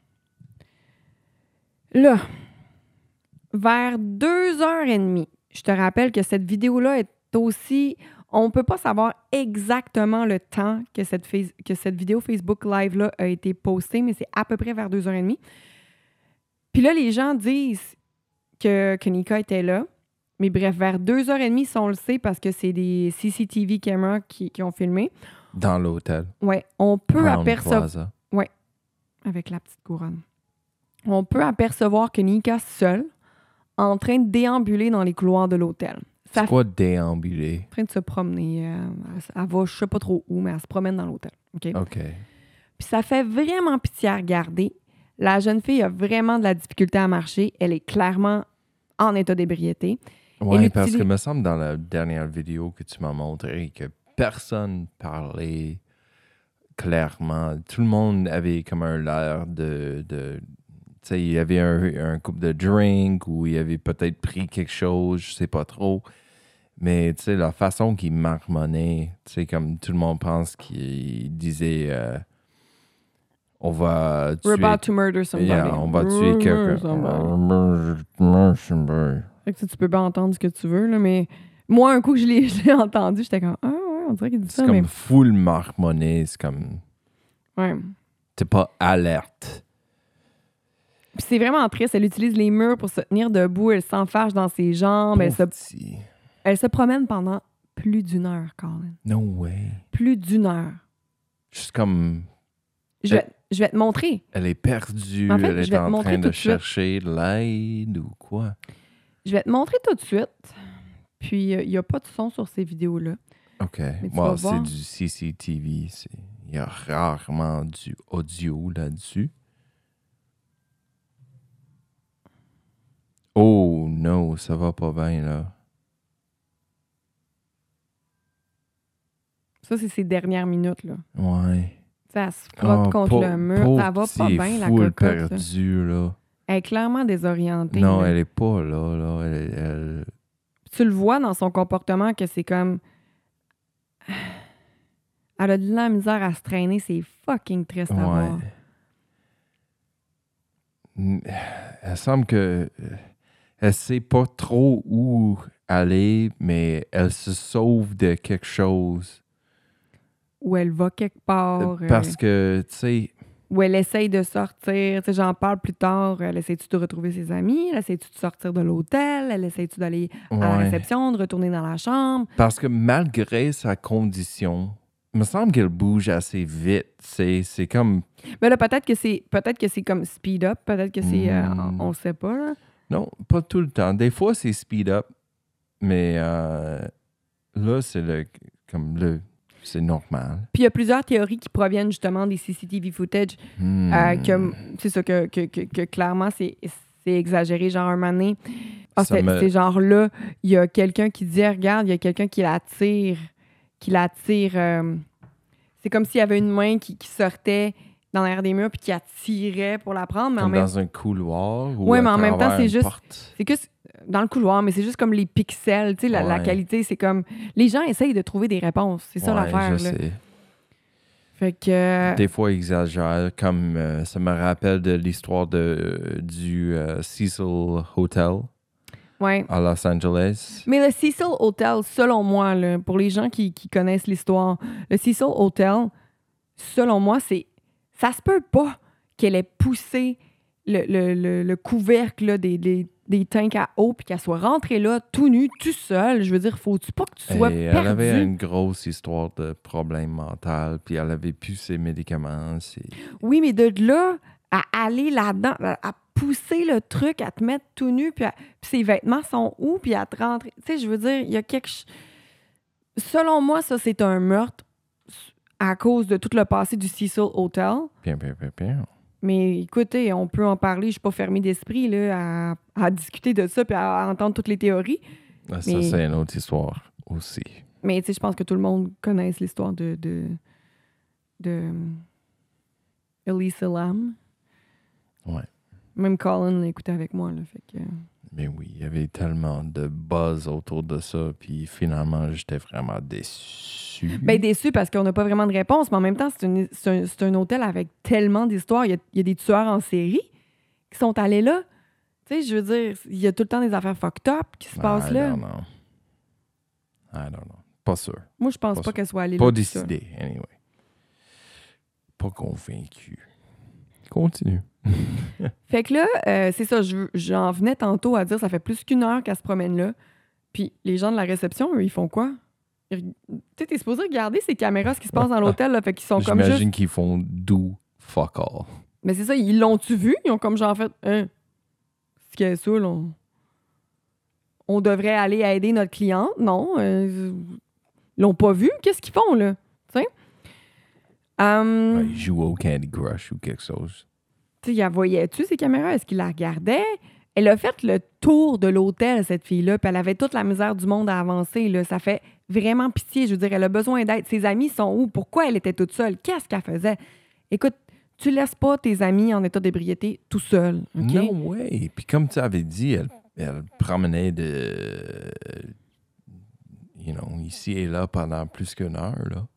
Là, vers deux heures et demie, je te rappelle que cette vidéo-là est aussi... On peut pas savoir exactement le temps que cette, face- que cette vidéo Facebook Live-là a été postée, mais c'est à peu près vers deux heures et demie. Puis là, les gens disent que, que Nika était là. Mais bref, vers deux heures et demie, si on le sait, parce que c'est des C C T V caméras qui, qui ont filmé, Dans l'hôtel. ouais, on peut Crown apercevoir... Plaza. Avec la petite couronne. On peut apercevoir que Nika seule, en train de déambuler dans les couloirs de l'hôtel. Ça C'est quoi déambuler? en train de se promener. euh, elle, elle va, je sais pas trop où, mais elle se promène dans l'hôtel. OK? OK. Puis ça fait vraiment pitié à regarder. La jeune fille a vraiment de la difficulté à marcher. Elle est clairement en état d'ébriété. Ouais, Elle parce utilise- que me semble dans la dernière vidéo que tu m'as montré que personne parlait clairement. Tout le monde avait comme un l'air de... de tu sais, il y avait un, un couple de drink ou il avait peut-être pris quelque chose, je sais pas trop. Mais tu sais, la façon qu'il marmonnait, tu sais, comme tout le monde pense qu'il disait euh, on va tuer... We're about to murder somebody. Yeah, on va tuer Murder quelqu'un. somebody. Fait que, tu sais, tu peux pas entendre ce que tu veux, là, mais moi, un coup que je l'ai, je l'ai entendu, j'étais comme ah ouais, on dirait qu'il dit C'est ça, comme mais full marmonné, c'est comme... ouais. T'es pas alerte. Puis c'est vraiment triste. Elle utilise les murs pour se tenir debout. Elle s'enfarge dans ses jambes. Elle se, Pauvre petit. elle se promène pendant plus d'une heure, Colin. No way. Plus d'une heure. Juste comme... Je vais, Elle- je vais te montrer. Elle est perdue, En fait, elle je est vais te en montrer train tout de de suite. chercher l'aide ou quoi. Je vais te montrer tout de suite. Puis, il n'y a pas de son sur ces vidéos-là. OK. tu Wow, vas c'est voir. du C C T V. Il y a rarement du audio là-dessus. Oh non, ça va pas bien là. Ça, c'est ses dernières minutes, là. Ouais. Tu sais, elle se frotte Oh, contre pauvre- le mur. pauvre Elle va petit, pas elle bien, est la full cocotte. là. perdue là. Elle est clairement désorientée. Non, là. elle est pas là. là. Elle, elle- Tu le vois dans son comportement que c'est comme... Elle a de la misère à se traîner. C'est fucking triste à voir. Ouais. Mm, Elle semble que euh, elle sait pas trop où aller, mais elle se sauve de quelque chose. Où elle va quelque part. euh, Parce que, tu sais, où elle essaye de sortir. Tu sais, j'en parle plus tard. Elle essaie-tu de retrouver ses amis? Elle essaie-tu de sortir de l'hôtel? Elle essaie-tu d'aller à la ouais. réception, de retourner dans la chambre? Parce que malgré sa condition Il me semble qu'elle bouge assez vite. C'est, c'est comme... Mais là, peut-être que c'est peut-être que c'est comme speed up. Peut-être que c'est... euh, Mm. on ne sait pas, là. Non, pas tout le temps. Des fois, c'est speed up. Mais euh, là, c'est le... Comme le... C'est normal. Puis il y a plusieurs théories qui proviennent justement des C C T V footage. Hmm. Euh, que, c'est ça, que, que, que, que clairement, c'est, c'est exagéré. Genre, un moment donné, ah, Ça c'est, me- c'est genre là, il y a quelqu'un qui dit, regarde, il y a quelqu'un qui la tire, qui la tire. euh, c'est comme s'il y avait une main qui, qui sortait dans l'air des murs puis qui attirait pour la prendre. Mais en Comme même, dans un couloir ou Ouais, à mais en même temps, travers c'est une juste- porte. c'est que c'est- dans le couloir, mais c'est juste comme les pixels. Tu sais, la, la Ouais. qualité, c'est comme. Les gens essayent de trouver des réponses. C'est ça Ouais, l'affaire. je Là. sais. Fait que. euh, Des fois, ils exagèrent. Comme euh, ça me rappelle de l'histoire de, du euh, Cecil Hotel ouais. à Los Angeles. Mais le Cecil Hotel, selon moi, là, pour les gens qui, qui connaissent l'histoire, le Cecil Hotel, selon moi, c'est ça se peut pas qu'elle ait poussé le, le, le, le couvercle là, des, des, des tanks à eau puis qu'elle soit rentrée là tout nue, tout seule. Je veux dire, faut-tu pas que tu sois Et perdu? elle avait une grosse histoire de problème mental, puis elle avait plus ses médicaments. C'est... Oui, mais de là à aller là-dedans, à, à pousser le truc, à te mettre tout nu, puis, à- puis ses vêtements sont où, puis à te rentrer. Tu sais, je veux dire, il y a quelque chose. Selon moi, ça, c'est un meurtre à cause de tout le passé du Cecil Hotel. Bien, bien, bien, bien. Mais écoutez, on peut en parler. Je suis pas fermée d'esprit là, à, à discuter de ça puis à entendre toutes les théories. Ah, Ça, Mais- c'est une autre histoire aussi. Mais tu sais, je pense que tout le monde connaît l'histoire de, de, de Elisa Lam. Ouais. Même Colin l'a écouté avec moi. Là, fait que... Mais oui, il y avait tellement de buzz autour de ça, puis finalement, j'étais vraiment déçu. Ben déçu parce qu'on n'a pas vraiment de réponse, mais en même temps, c'est, une- c'est un, c'est un hôtel avec tellement d'histoires. Il y a, il y a des tueurs en série qui sont allés là. Tu sais, je veux dire, il y a tout le temps des affaires fucked up qui se passent I là. don't know. I don't know. Pas sûr. Moi, je pense Pas pas sûr. qu'elle soit allée Pas là. tout ça. décidé, anyway. Pas convaincu. Continue. Fait que là, euh, c'est ça, je- j'en venais tantôt à dire, ça fait plus qu'une heure qu'elle se promène là. Puis les gens de la réception, eux, ils font quoi? Ils- Tu sais, t'es supposé regarder ces caméras, ce qui se passe dans l'hôtel, là. Fait qu'ils sont comme J'imagine juste... qu'ils font do fuck all. Mais c'est ça, ils l'ont-tu vu? Ils ont comme genre fait, hein, ce qu'il y a ça, là, on... on devrait aller aider notre cliente. Non, euh, ils l'ont pas vu. Qu'est-ce qu'ils font, là? Tu sais? Hum, Ouais, ils jouent au Candy Crush ou quelque chose. Tu sais, la voyait-tu, ces caméras? Est-ce qu'il la regardait? Elle a fait le tour de l'hôtel, cette fille-là, puis elle avait toute la misère du monde à avancer. Là. Ça fait vraiment pitié. Je veux dire, elle a besoin d'aide. Ses amis sont où? Pourquoi elle était toute seule? Qu'est-ce qu'elle faisait? Écoute, tu laisses pas tes amis en état d'ébriété tout seul, OK? No way. Puis comme tu avais dit, elle, elle promenait de... You know, ici et là pendant plus qu'une heure, là.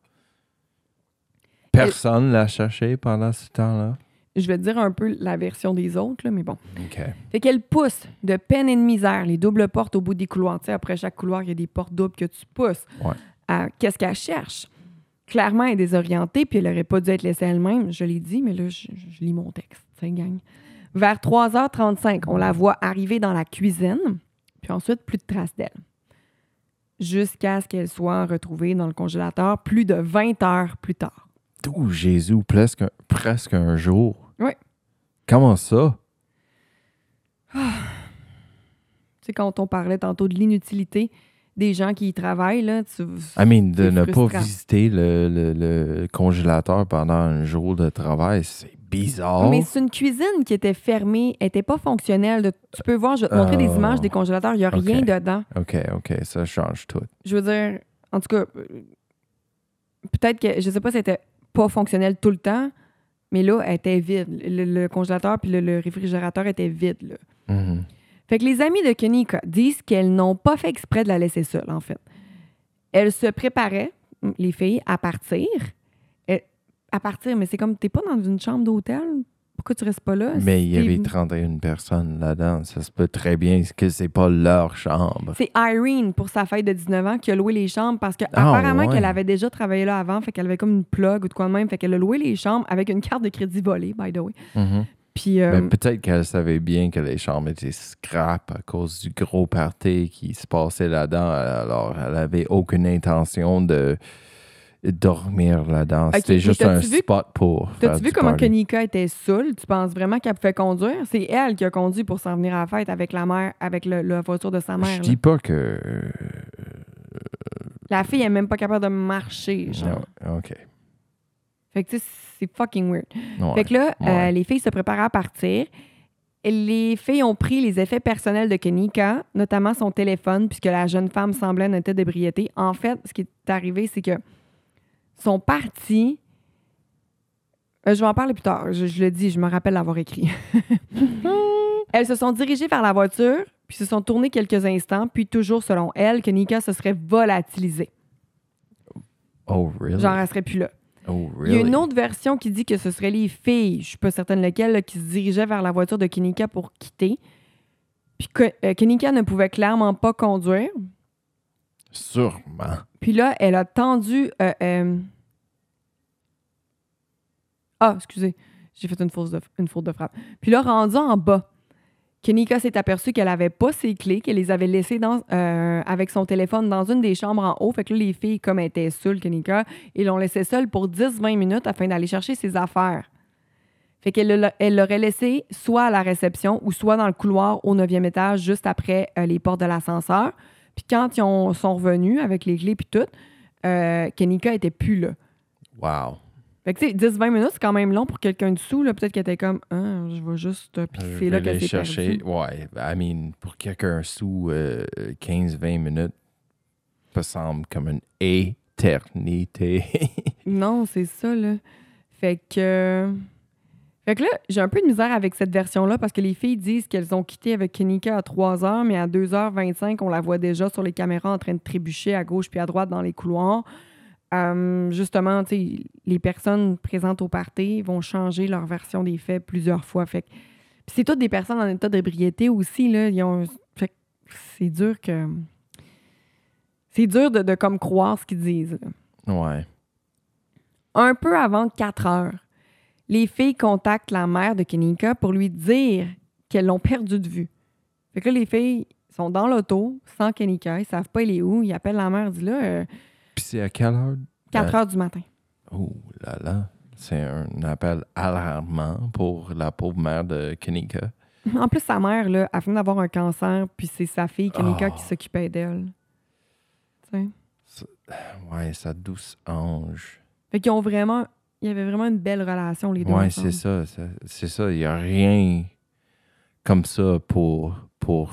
Personne l'a cherché pendant ce temps-là. Je vais te dire un peu la version des autres, là, mais bon. OK. Fait qu'elle pousse de peine et de misère les doubles portes au bout des couloirs. Tu sais, après chaque couloir, il y a des portes doubles que tu pousses. Ouais. Euh, qu'est-ce qu'elle cherche? Clairement, elle est désorientée, puis elle n'aurait pas dû être laissée elle-même. Je l'ai dit, mais là, je, je lis mon texte. Ça gagne. Vers trois heures trente-cinq, on la voit arriver dans la cuisine, puis ensuite, plus de traces d'elle. Jusqu'à ce qu'elle soit retrouvée dans le congélateur plus de vingt heures plus tard. Oh, Jésus, presque un, presque un jour. Ouais. Comment ça? Tu sais, quand on parlait tantôt de l'inutilité des gens qui y travaillent, là, tu... I mean, de c'est ne pas frustrant. visiter le, le- le congélateur pendant un jour de travail, c'est bizarre. Mais c'est une cuisine qui était fermée, elle n'était pas fonctionnelle. De- Tu peux voir, je vais te montrer des Oh. images des congélateurs, il n'y a rien Ok. dedans. OK, OK, ça change tout. Je veux dire, en tout cas, euh, peut-être que, je sais pas si c'était pas fonctionnel tout le temps, mais là, elle était vide. Le, le congélateur puis le, le réfrigérateur était vide, là. Mhm. Fait que les amis de Kenika disent qu'elles n'ont pas fait exprès de la laisser seule, en fait. Elles se préparaient, les filles, à partir. Et- à partir, mais c'est comme, t'es pas dans une chambre d'hôtel? Pourquoi tu restes pas là? Mais il y T'es- avait trente et une personnes là-dedans. Ça se peut très bien que c'est pas leur chambre. C'est Irene, pour sa fête de dix-neuf ans, qui a loué les chambres parce Ah, qu'apparemment ouais. qu'elle avait déjà travaillé là avant, fait qu'elle avait comme une plug ou de quoi de même, fait qu'elle a loué les chambres avec une carte de crédit volée, by the way. Mhm. Puis, euh, Mais peut-être qu'elle savait bien que les chambres étaient scrap à cause du gros party qui se passait là-dedans. Alors, elle avait aucune intention de dormir là-dedans. Ok, C'était mais juste un t'as-tu vu- spot pour faire T'as-tu du vu comment party. Kanika était saoule? Tu penses vraiment qu'elle pouvait conduire? C'est elle qui a conduit pour s'en venir à la fête avec la mère, avec le- la voiture de sa mère. Je là. dis pas que... La fille est même pas capable de marcher. Genre. Non, OK. Fait que tu sais, c'est fucking weird. Ouais. Fait que là, Ouais. euh, les filles se préparaient à partir. Les filles ont pris les effets personnels de Kanika, notamment son téléphone, puisque la jeune femme semblait en état d'ébriété. En fait, ce qui est arrivé, c'est que sont partis. Euh, je vais en parler plus tard. Je, je le dis, je me rappelle l'avoir écrit. Elles se sont dirigées vers la voiture, puis se sont tournées quelques instants, puis toujours selon elle, Kanika se serait volatilisée. Oh, really? Genre, elle serait plus là. Oh, Il y a really? une autre version qui dit que ce seraient les filles, je suis pas certaine lesquelles, là, qui se dirigeaient vers la voiture de Kanika pour quitter. Puis que euh, Kanika ne pouvait clairement pas conduire. Sûrement. Puis là, elle a tendu... euh, euh, Ah, excusez, j'ai fait une faute de, une faute de frappe. Puis là, rendu en bas, Kanika s'est aperçue qu'elle avait pas ses clés, qu'elle les avait laissées dans, euh, avec son téléphone dans une des chambres en haut. Fait que là, les filles, comme elles étaient saoules, Kanika, ils l'ont laissée seule pour dix à vingt minutes afin d'aller chercher ses affaires. Fait qu'elle l'a- elle l'aurait laissée soit à la réception ou soit dans le couloir au neuvième étage, juste après euh, les portes de l'ascenseur. Puis quand ils ont- sont revenus avec les clés puis tout, euh, Kanika était plus là. Wow. Fait que, tu sais, dix à vingt minutes, c'est quand même long pour quelqu'un dessous. Là. Peut-être qu'elle était comme, ah, je vais juste. euh, Puis Je c'est là vais qu'elle les s'est chercher. perdue. Ouais, I mean, pour quelqu'un sous euh, quinze à vingt minutes, ça semble comme une éternité. Non, c'est ça, là. Fait que. Fait que là, j'ai un peu de misère avec cette version-là parce que les filles disent qu'elles ont quitté avec Kanika à trois heures, mais à deux heures vingt-cinq, on la voit déjà sur les caméras en train de trébucher à gauche puis à droite dans les couloirs. Euh, justement, tu sais, les personnes présentes au party vont changer leur version des faits plusieurs fois. Fait que, puis c'est toutes des personnes en état d'ébriété aussi, là. Ils ont, fait que c'est dur que... C'est dur de, de comme croire ce qu'ils disent, là. Ouais. Un peu avant quatre heures, les filles contactent la mère de Kanika pour lui dire qu'elles l'ont perdu de vue. Fait que là, les filles sont dans l'auto, sans Kanika, ils savent pas elle est où. Ils appellent la mère, disent là, euh, Puis c'est à quelle heure? quatre heures du matin. Oh là là. C'est un appel alarmant pour la pauvre mère de Kanika. En plus, sa mère, là, elle vient d'avoir un cancer, puis c'est sa fille, Kanika, Oh. qui s'occupait d'elle. Tu sais? Ouais, sa douce ange. Fait qu'ils ont vraiment... Il y avait vraiment une belle relation, les deux Ouais, ensemble. c'est ça, ça- C'est ça. Il n'y a rien comme ça pour, pour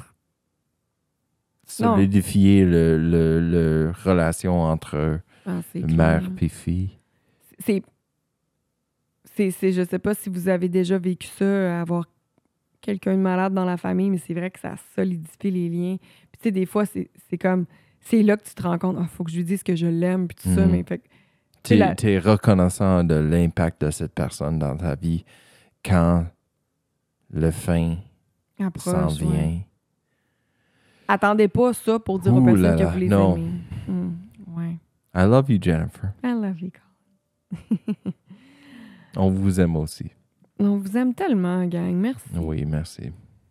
Non. solidifier le, le, le relation entre Ah, c'est mère clair. et fille. C'est... C'est, c'est... Je sais pas si vous avez déjà vécu ça, avoir quelqu'un de malade dans la famille, mais c'est vrai que ça solidifie les liens. Puis tu sais, des fois, c'est, c'est comme... C'est là que tu te rends compte, il faut que je lui dise que je l'aime, puis tout ça, Mhm. mais fait que... Tu es la- reconnaissant de l'impact de cette personne dans ta vie quand le fin approche, s'en ouais. vient. Attendez pas ça pour dire aux Ouh personnes là que là, vous les non. aimez. Hmm, ouais. I love you, Jennifer. I love you, Colin. On vous aime aussi. On vous aime tellement, gang. Merci. Oui, merci.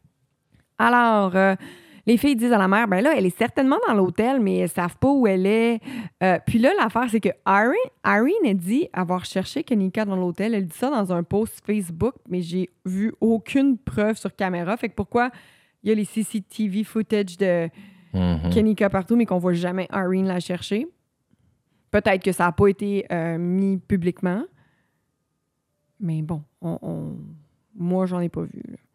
Alors, euh, les filles disent à la mère, ben là, elle est certainement dans l'hôtel, mais elles savent pas où elle est. Euh, puis là, l'affaire, c'est que Irene, Irene a dit avoir cherché Kanika dans l'hôtel. Elle dit ça dans un post Facebook, mais j'ai vu aucune preuve sur caméra. Fait que pourquoi il y a les C C T V footage de Mhm. Kanika partout, mais qu'on voit jamais Irene la chercher? Peut-être que ça n'a pas été euh, mis publiquement. Mais bon, on, on- moi, j'en ai pas vu, là.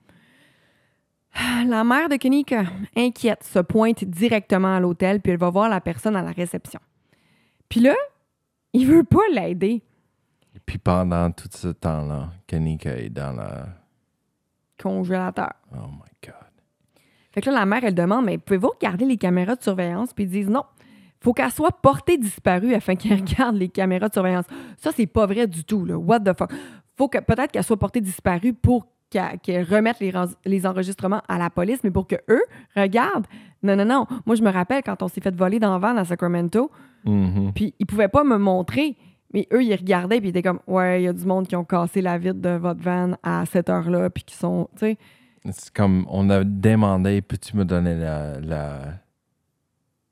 La mère de Kanika, inquiète, se pointe directement à l'hôtel, puis elle va voir la personne à la réception. Puis là, il veut pas l'aider. Et puis pendant tout ce temps-là, Kanika est dans la... Congélateur. Oh my God. Fait que là, la mère, elle demande, mais pouvez-vous regarder les caméras de surveillance? Puis ils disent non. Faut qu'elle soit portée disparue afin qu'elle regarde les caméras de surveillance. Ça, c'est pas vrai du tout, là. What the fuck? Faut que peut-être qu'elle soit portée disparue pour qu'elle, qu'elle remette les, ren- les enregistrements à la police, mais pour que eux regardent. Non, non, non. Moi, je me rappelle quand on s'est fait voler dans la van à Sacramento, Mhm. puis ils pouvaient pas me montrer, mais eux, ils regardaient, puis ils étaient comme, ouais, il y a du monde qui ont cassé la vitre de votre van à cette heure-là, puis qui sont, tu sais. C'est comme, on a demandé, peux-tu me donner la, la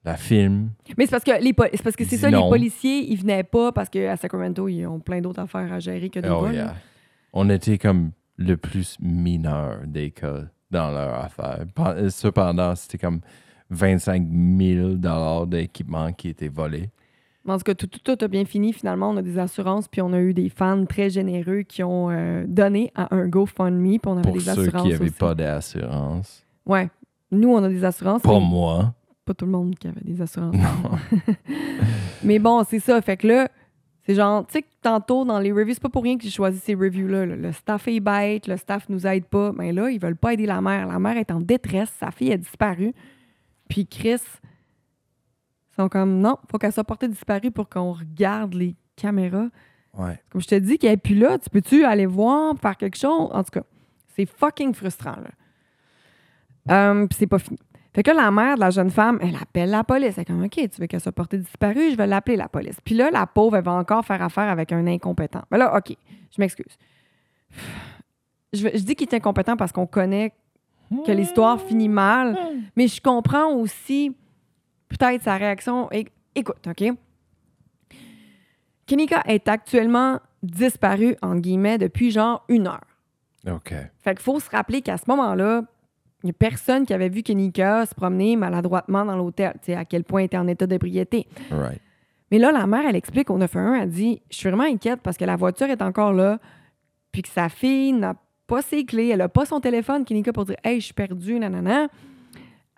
la film. Mais c'est parce que les po- c'est parce que c'est Dis ça, non. les policiers, ils venaient pas parce qu'à Sacramento, ils ont plein d'autres affaires à gérer que des Oh, vols. yeah. là. On était comme le plus mineur des cas dans leur affaire. Pen- Cependant, c'était comme vingt-cinq mille dollars d'équipement qui était volé. En tout cas, tout, tout, tout a bien fini. Finalement, on a des assurances, puis on a eu des fans très généreux qui ont euh, donné à un GoFundMe, puis on avait Pour des ceux assurances qui n'avaient aussi. pas d'assurance. Ouais. Nous, on a des assurances. Pas mais moi. Pas tout le monde qui avait des assurances. Non. Mais bon, c'est ça. Fait que là, c'est genre, tu sais, que tantôt, dans les reviews, c'est pas pour rien que j'ai choisi ces reviews-là. là. Le staff est bête, le staff nous aide pas. Mais là, ils veulent pas aider la mère. La mère est en détresse, sa fille a disparu. Puis Chris, ils sont comme, non, faut qu'elle soit portée disparue pour qu'on regarde les caméras. Ouais. Comme je te dis qu'elle est plus là, tu peux-tu aller voir, faire quelque chose? En tout cas, c'est fucking frustrant, là. Euh, Puis c'est pas fini. Fait que là, la mère de la jeune femme, elle appelle la police. Elle est comme, OK, tu veux qu'elle soit portée disparue? Je vais l'appeler, la police. Puis là, la pauvre, elle va encore faire affaire avec un incompétent. Mais là, OK, je m'excuse. Je, je dis qu'il est incompétent parce qu'on connaît que l'histoire finit mal, mais je comprends aussi peut-être sa réaction. É- Écoute, OK? Kenika est actuellement disparue, en guillemets, depuis genre une heure. OK. Fait qu'il faut se rappeler qu'à ce moment-là, il n'y a personne qui avait vu Kenika se promener maladroitement dans l'hôtel, tu sais, à quel point elle était en état d'ébriété. Right. Mais là, la mère, elle explique au neuf un un, elle dit « Je suis vraiment inquiète parce que la voiture est encore là, puis que sa fille n'a pas ses clés, elle n'a pas son téléphone, Kenika, pour dire « Hey, je suis perdue, nanana. Euh, »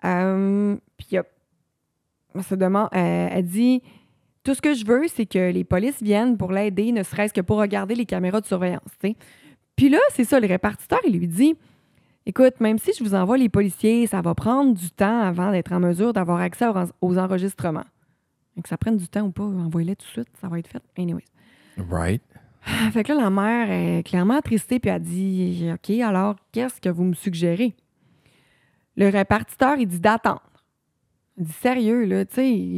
Puis il y a- elle se demande, elle, elle dit « Tout ce que je veux, c'est que les polices viennent pour l'aider, ne serait-ce que pour regarder les caméras de surveillance. » tu sais. Puis là, c'est ça, le répartiteur, il lui dit « Écoute, même si je vous envoie les policiers, ça va prendre du temps avant d'être en mesure d'avoir accès aux, aux enregistrements. » Que ça prenne du temps ou pas, envoyez-les tout de suite, ça va être fait. Anyways. Right. Fait que là, la mère est clairement attristée, puis elle dit « OK, alors, qu'est-ce que vous me suggérez? » Le répartiteur, il dit d'attendre. Il dit « Sérieux, là, tu sais,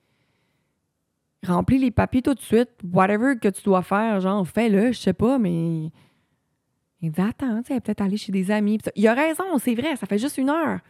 remplis les papiers tout de suite, whatever que tu dois faire, genre, fais-le, je sais pas, mais... » Il dit « Attends, tu sais, elle est peut-être aller chez des amis. » Il a raison, c'est vrai, ça fait juste une heure.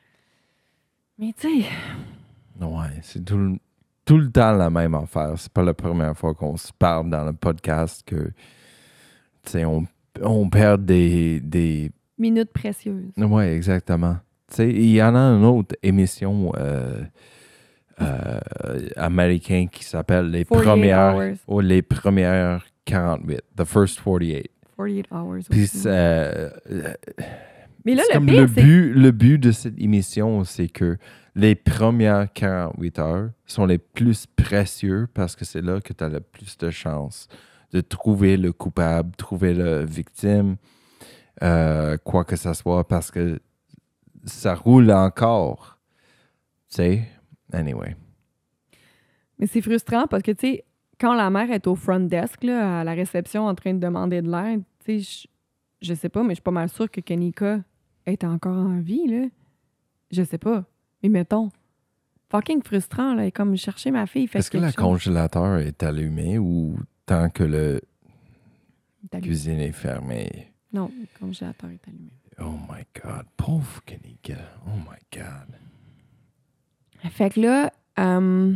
Mais tu sais... Ouais, c'est tout le, tout le temps la même affaire. C'est pas la première fois qu'on se parle dans le podcast que, tu sais, on, on perd des, des... Minutes précieuses. Oui, exactement. Tu sais, il y en a une autre émission euh, euh, américaine qui s'appelle Les forty-eight premières hours. ou Les premières quarante-huit, The First forty-eight. forty-eight hours. Puis aussi. c'est, euh, Mais là, c'est le comme pire, le c'est... but, le but de cette émission, c'est que les premières quarante-huit heures sont les plus précieux parce que c'est là que tu as le plus de chances de trouver le coupable, trouver la victime, euh, quoi que ce soit, parce que ça roule encore. Tu sais? Anyway. Mais c'est frustrant parce que, tu sais, quand la mère est au front desk, là, à la réception, en train de demander de l'aide, tu sais, je, je sais pas, mais je suis pas mal sûre que Kenika est encore en vie, là. Je sais pas. Mais mettons, fucking frustrant, là, comme chercher ma fille. Fait Est-ce que quelque le chose. congélateur est allumé ou tant que le Est allumé. cuisine est fermée? Non, le congélateur est allumé. Oh my God. Pauvre Kenika. Oh my God. Fait que là, euh,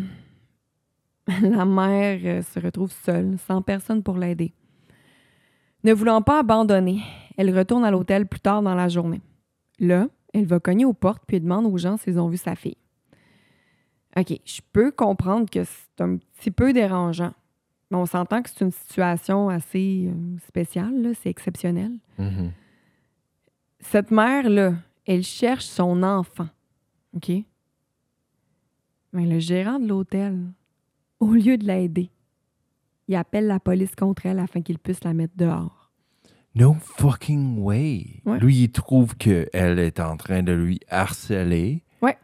la mère euh, se retrouve seule, sans personne pour l'aider. Ne voulant pas abandonner, elle retourne à l'hôtel plus tard dans la journée. Là, elle va cogner aux portes puis elle demande aux gens s'ils ont vu sa fille. OK, je peux comprendre que c'est un petit peu dérangeant. Mais on s'entend que c'est une situation assez euh, spéciale, là, c'est exceptionnel. Mhm. Cette mère-là, elle cherche son enfant. OK? Mais le gérant de l'hôtel, au lieu de l'aider, il appelle la police contre elle afin qu'il puisse la mettre dehors. No fucking way. Ouais. Lui, il trouve qu'elle est en train de lui harceler. Ouais.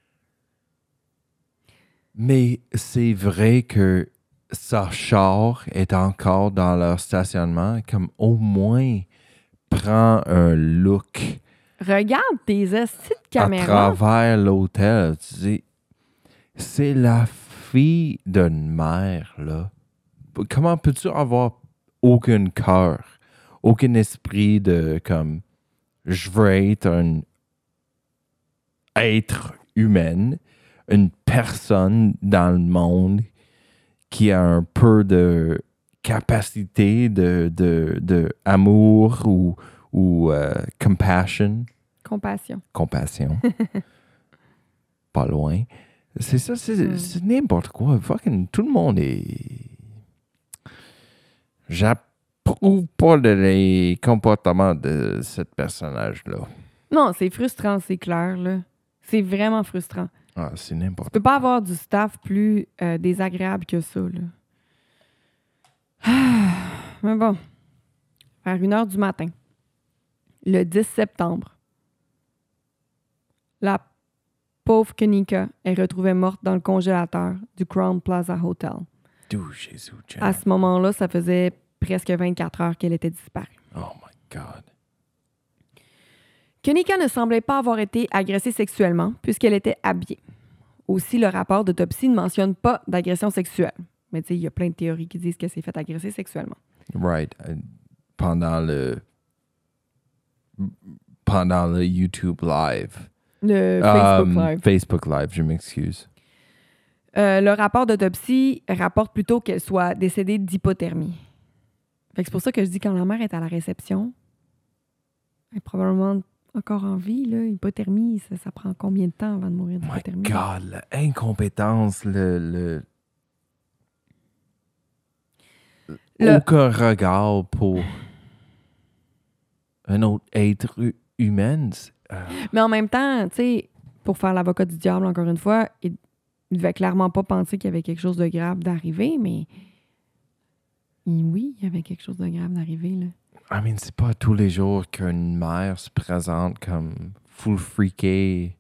Mais c'est vrai que sa char est encore dans leur stationnement. Comme au moins, prends un look Regarde tes estis de à caméra. travers l'hôtel. Tu dis, c'est la fille d'une mère, là. Comment peux-tu avoir aucun cœur, aucun esprit de comme je veux être un être humain, une personne dans le monde qui a un peu de capacité de, de, de amour ou, ou euh, compassion. Compassion. Compassion. Pas loin. C'est ça, c'est, Mm. c'est n'importe quoi. Fucking tout le monde est... J'approuve pas de les comportements de ce personnage-là. Non, c'est frustrant, c'est clair, là. C'est vraiment frustrant. Ah, c'est n'importe Tu peux pas avoir du staff plus euh, désagréable que ça, là. Ah, mais bon. Vers une heure du matin, le dix septembre, la pauvre Kanika est retrouvée morte dans le congélateur du Crown Plaza Hotel. D'où Jésus, Jen. À ce moment-là, ça faisait presque vingt-quatre heures qu'elle était disparue. Oh my God. Kanika ne semblait pas avoir été agressée sexuellement puisqu'elle était habillée. Aussi, le rapport d'autopsie ne mentionne pas d'agression sexuelle. Mais tu sais, il y a plein de théories qui disent qu'elle s'est fait agresser sexuellement. Right. Euh, Pendant le... Pendant le YouTube Live. Le Facebook Um, Live. Facebook Live, je m'excuse. Euh, le rapport d'autopsie rapporte plutôt qu'elle soit décédée d'hypothermie. Fait que c'est pour ça que je dis quand la mère est à la réception, elle est probablement encore en vie, là. Hypothermie, ça, ça prend combien de temps avant de mourir My d'hypothermie? God, l'incompétence, le, le... Le- Aucun regard pour un autre être hu- humain. c'est- euh, Mais en même temps, tu sais, pour faire l'avocat du diable, encore une fois, il ne devait clairement pas penser qu'il y avait quelque chose de grave d'arriver, mais il- oui, il y avait quelque chose de grave d'arriver, là. I mean, c'est pas tous les jours qu'une mère se présente comme full freakée.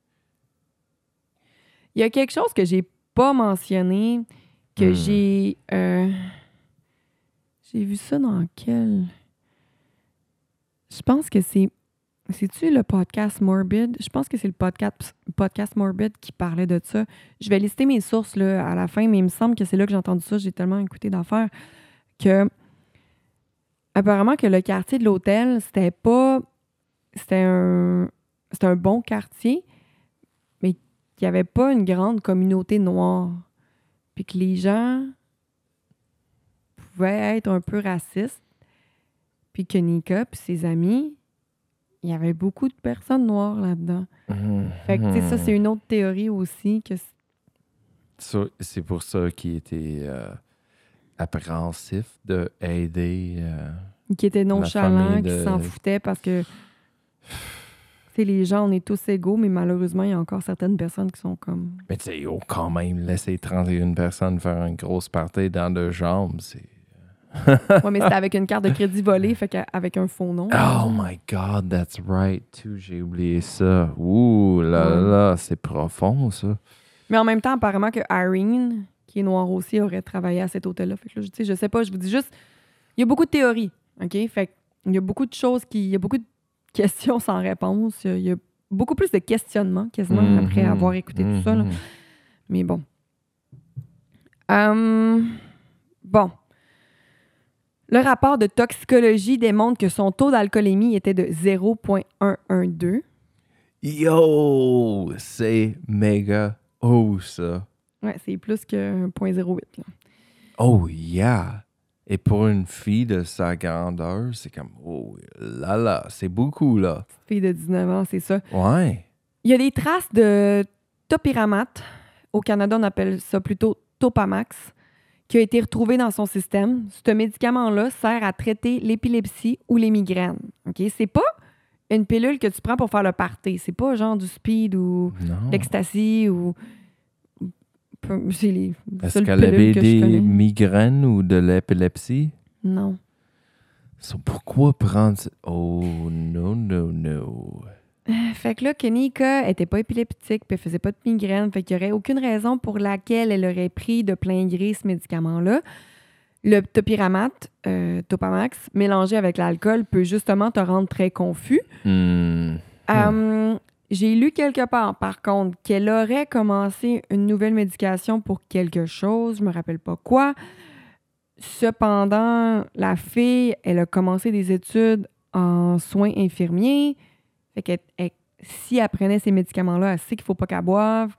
Il y a quelque chose que j'ai pas mentionné, que Hmm. j'ai... euh, j'ai vu ça dans quel... Je pense que c'est... C'est-tu le podcast Morbid? Je pense que c'est le podcast, podcast Morbid qui parlait de ça. Je vais lister mes sources là, à la fin, mais il me semble que c'est là que j'ai entendu ça. J'ai tellement écouté d'affaires que... Apparemment que le quartier de l'hôtel, c'était pas... C'était un... C'était un bon quartier, mais qu'il n'y avait pas une grande communauté noire. Puis que les gens pouvaient être un peu racistes. Puis que Nika puis ses amis, il y avait beaucoup de personnes noires là-dedans. Mhm. Fait que, tu sais, ça, c'est une autre théorie aussi, que c'est- Ça, c'est pour ça qu'il était euh, appréhensif de aider. euh, qui était nonchalant, famille qui de- s'en foutait parce que, tu sais, les gens, on est tous égaux, mais malheureusement, il y a encore certaines personnes qui sont comme... Mais tu sais, oh, quand même, laisser trente et une personnes faire une grosse partie dans deux jambes, c'est... Ouais, mais c'était avec une carte de crédit volée, fait qu'avec un faux nom. Oh my God, that's right, too. J'ai oublié ça. Ouh là Ouais. là, c'est profond, ça. Mais en même temps, apparemment que Irene, qui est noire aussi, aurait travaillé à cet hôtel-là. Fait que là, je, tu sais, je sais pas, je vous dis juste, il y a beaucoup de théories, OK? Fait qu'il y a beaucoup de choses qui... Il y a beaucoup de questions sans réponse. Il y a, il y a beaucoup plus de questionnements, quasiment, après Mhm, avoir écouté tout ça, là. mhm. Mais bon. Hum, bon. Le rapport de toxicologie démontre que son taux d'alcoolémie était de zéro virgule cent douze. Yo, c'est méga haut, ça. Ouais, c'est plus que un virgule zéro huit. Là. Oh yeah. Et pour une fille de sa grandeur, c'est comme, oh là là, c'est beaucoup, là. Fille de dix-neuf ans, c'est ça. Ouais. Il y a des traces de topiramate. Au Canada, on appelle ça plutôt Topamax, qui a été retrouvé dans son système. Ce médicament-là sert à traiter l'épilepsie ou les migraines. OK? C'est pas une pilule que tu prends pour faire le party. C'est pas genre du speed ou Non. l'ecstasy ou... C'est les Est-ce seules qu'elle pilules avait que je des connais. migraines ou de l'épilepsie? Non. So, pourquoi prendre... ce- Oh, non, non, non. Fait que là, Kenika était pas épileptique puis elle faisait pas de migraine. Fait qu'il y aurait aucune raison pour laquelle elle aurait pris de plein gré ce médicament-là. Le topiramate, euh, Topamax, mélangé avec l'alcool, peut justement te rendre très confus. Hmm. Euh, j'ai lu quelque part, par contre, qu'elle aurait commencé une nouvelle médication pour quelque chose, je me rappelle pas quoi. Cependant, la fille, elle a commencé des études en soins infirmiers. Fait que elle- si elle prenait ces médicaments-là, elle sait qu'il faut pas qu'elle boive.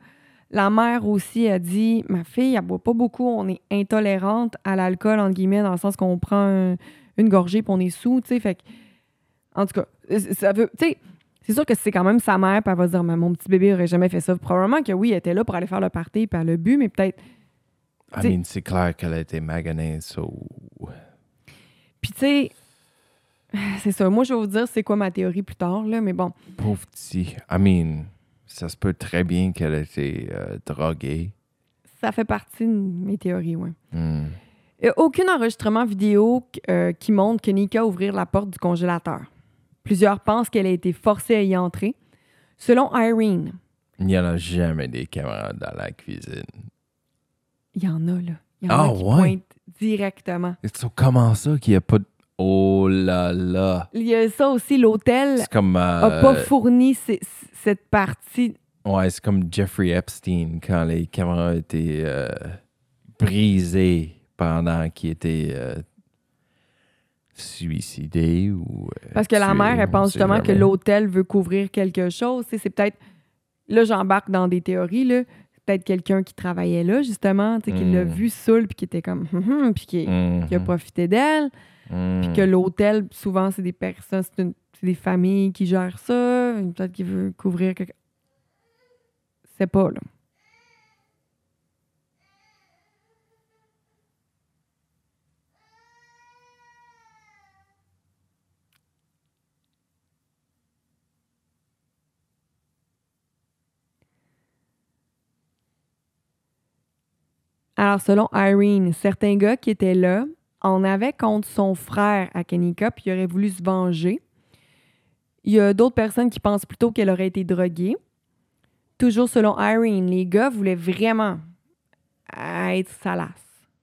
La mère aussi a dit « Ma fille, elle boit pas beaucoup, on est intolérante à l'alcool, entre guillemets, dans le sens qu'on prend un- une gorgée puis on est sous, tu sais. » Fait que, en tout cas, ça veut... Tu sais, c'est sûr que c'est quand même sa mère, puis elle va se dire « Mais mon petit bébé aurait jamais fait ça. » Probablement que oui, elle était là pour aller faire le party, puis elle a bu, mais peut-être... I T'sais- mean, c'est clair qu'elle a été maganée, so... Puis tu sais, c'est ça. Moi, je vais vous dire c'est quoi ma théorie plus tard, là, mais bon. Pauvre petit. I mean, ça se peut très bien qu'elle ait été euh, droguée. Ça fait partie de mes théories, oui. Hmm. Il n'y a aucun enregistrement vidéo euh, qui montre que Nika a ouvert la porte du congélateur. Plusieurs pensent qu'elle a été forcée à y entrer. Selon Irene, Il n'y en a jamais des caméras dans la cuisine. il y en a, là. Il y en Ah, a qui ouais? pointent directement. Et so, comment ça qu'il n'y a pas de... Oh là là! Il y a ça aussi, l'hôtel C'est comme... n'a euh, pas fourni c- c- cette partie. Ouais, c'est comme Jeffrey Epstein quand les caméras étaient euh, brisées pendant qu'il était euh, suicidé ou... euh, Parce que la tué, mère, elle on pense sait justement que jamais. l'hôtel veut couvrir quelque chose. Tu sais, c'est peut-être... Là, j'embarque dans des théories, là. Peut-être quelqu'un qui travaillait là, justement, tu sais, qui l'a Mm. vu saoul, puis qui était comme... Hum, hum, puis qui, qui a Mhm. profité d'elle. Mhm. Puis que l'hôtel, souvent, c'est des personnes, c'est, une- c'est des familles qui gèrent ça. Peut-être qu'il veut couvrir quelque... C'est pas, là. Alors, selon Irene, certains gars qui étaient là en avaient contre son frère à Kanika, puis il aurait voulu se venger. Il y a d'autres personnes qui pensent plutôt qu'elle aurait été droguée. Toujours selon Irene, les gars voulaient vraiment être salaces.